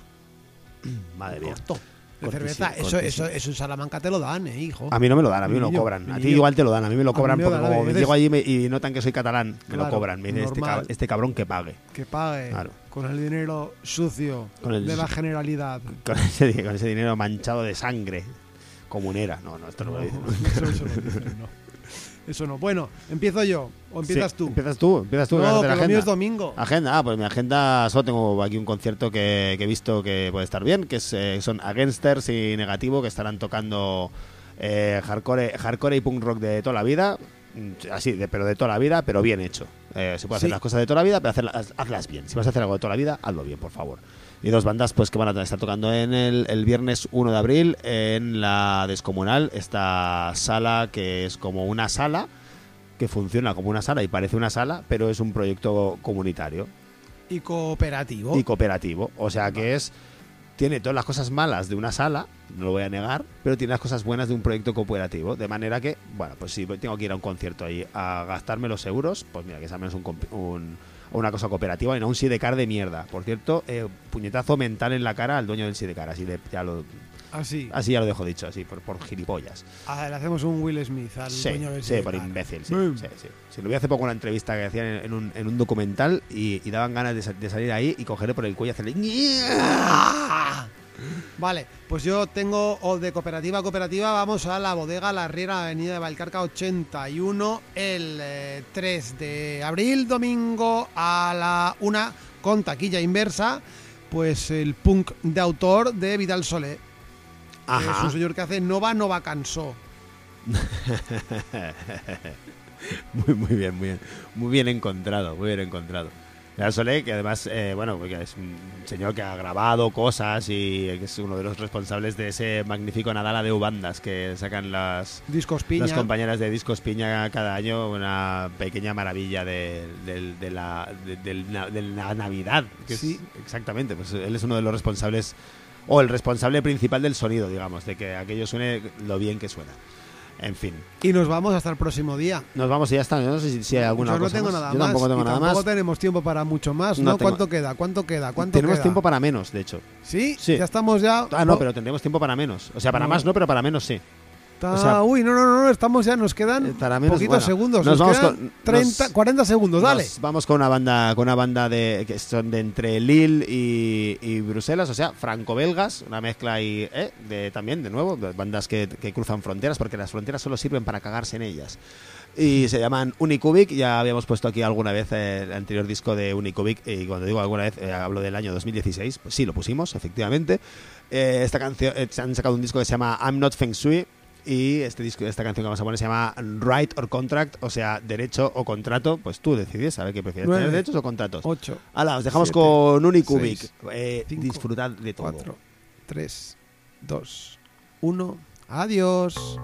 Madre mía. Corto. De Cortísimo, cerveza. Eso, cortísimo. eso, eso en Salamanca te lo dan, eh, hijo. A mí no me lo dan, a mí me lo Niño, cobran. A ti niño. igual te lo dan, a mí me lo A mí cobran me lo porque dan, como a veces- llego allí me- y notan que soy catalán, me lo Claro, cobran. Me dicen, este, normal. cab- este cabrón que pague. Que pague Claro. con el dinero sucio Con el- de la generalidad. Con ese, con ese dinero manchado de sangre comunera. No, no, esto no, No, lo dicen. eso, eso no, eso no. Eso no. Bueno, empiezo yo o empiezas Sí, tú. Empiezas tú, empiezas tú. que vas a No, hacer que lo agenda. mío es domingo. Agenda, ah, pues mi agenda solo tengo aquí un concierto que, que he visto que puede estar bien, que es, eh, son Againsters y Negativo, que estarán tocando eh, hardcore, hardcore y punk rock de toda la vida, mm, así, de, pero de toda la vida, pero bien hecho. Eh, se puede hacer Sí. las cosas de toda la vida, pero hacerlas, hazlas bien. Si vas a hacer algo de toda la vida, hazlo bien, por favor. Y dos bandas pues que van a estar tocando en el, el viernes uno de abril en la Descomunal, esta sala que es como una sala, que funciona como una sala y parece una sala, pero es un proyecto comunitario Y cooperativo. y cooperativo. O sea que es tiene todas las cosas malas de una sala, no lo voy a negar, pero tiene las cosas buenas de un proyecto cooperativo. De manera que, bueno, pues si tengo que ir a un concierto ahí a gastarme los euros, pues mira, que es al menos un, comp- un- una cosa cooperativa y no un sidecar de mierda. Por cierto, eh, puñetazo mental en la cara al dueño del sidecar, así de, ya lo, Así. así ya lo dejo dicho, así, por, por gilipollas. Ah, le hacemos un Will Smith al Sí, dueño del sí, por Sidecar. imbécil, sí, Boom. sí, sí. Sí, lo vi hace poco una entrevista que hacían en, en un, en un documental y, y daban ganas de, sa- de salir ahí y cogerle por el cuello y hacerle... Vale, pues yo tengo o de cooperativa a cooperativa, vamos a la bodega La Riera, Avenida de Valcarca ochenta y uno, el eh, tres de abril, domingo, a la una, con taquilla inversa, pues el punk de autor de Vidal Solé. que Es Ajá. un señor que hace Nova Nova Cansó. Muy, muy bien, muy bien. Muy bien encontrado, muy bien encontrado. Vidal Solé, que además, eh, bueno, porque es un señor que ha grabado cosas y que es uno de los responsables de ese magnífico Nadal a Deu bandas que sacan las, Discos Piña. las compañeras de Discos Piña cada año, una pequeña maravilla de, de- de la, de, del na- de la Navidad. Que es- Sí. exactamente, pues él es uno de los responsables, o el responsable principal del sonido, digamos, de que aquello suene lo bien que suena. En fin, Y nos vamos hasta el próximo día. nos vamos y ya está. Yo no sé si, si hay alguna Yo no cosa tengo más. nada Yo más. tampoco tengo y nada tampoco más. tenemos tiempo para mucho más, No ¿no? tengo- ¿Cuánto queda? ¿Cuánto queda? ¿Cuánto Tenemos queda? tiempo para menos, de hecho. ¿Sí? Sí. Ya estamos ya... Ah, no, Oh, pero tendremos tiempo para menos. O sea, para No. más no, pero para menos sí. está- o sea- Uy, no, no, no, no, estamos ya, nos quedan Eh, para menos, poquitos bueno, segundos. nos Nos, vamos quedan con- treinta, nos- cuarenta segundos, dale. Nos vamos con una banda, con una banda de que son de entre Lille y, y Bruselas, o sea, franco-belgas, una mezcla y eh, de también de nuevo de bandas que, que cruzan fronteras, porque las fronteras solo sirven para cagarse en ellas. Y se llaman Unicubic. Ya habíamos puesto aquí alguna vez eh, el anterior disco de Unicubic, y cuando digo alguna vez eh, hablo del año dos mil dieciséis. Pues sí, lo pusimos, efectivamente. Eh, esta canción eh, han sacado un disco que se llama I'm Not Feng Shui. Y este disco, esta canción que vamos a poner se llama Right or Contract, o sea, derecho o contrato. Pues tú decides, a ver qué prefieres, Nueve. tener derechos o contratos. ocho, Hala, os dejamos siete, con Unicubic. seis, Eh, cinco, disfrutad de todo. cuatro, tres, dos, uno. Adiós.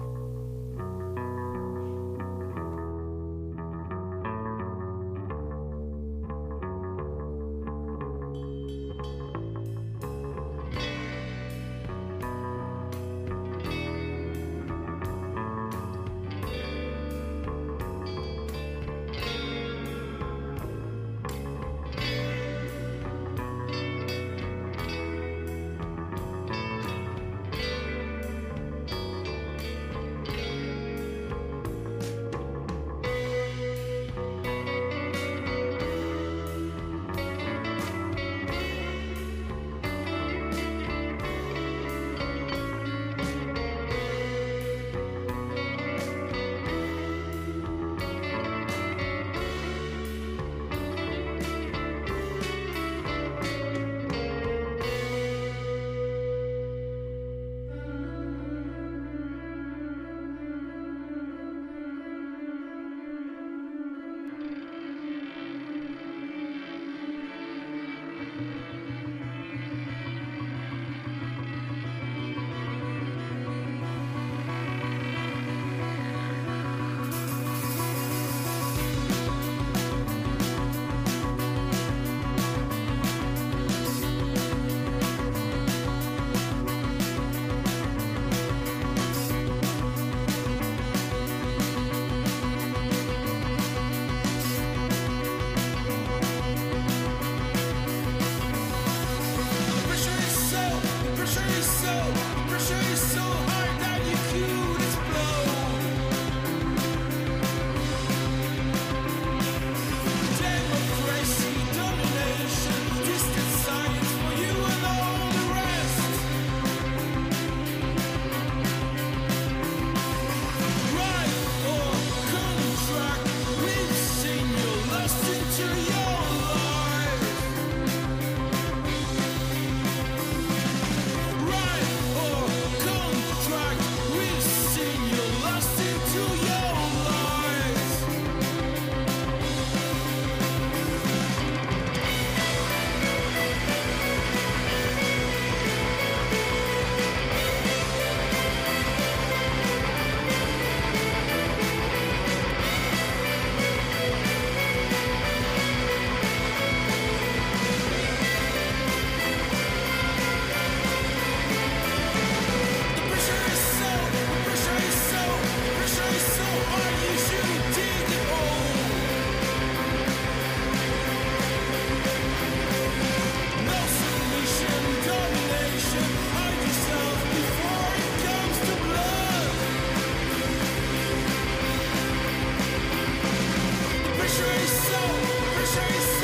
Pressure is so, pressure is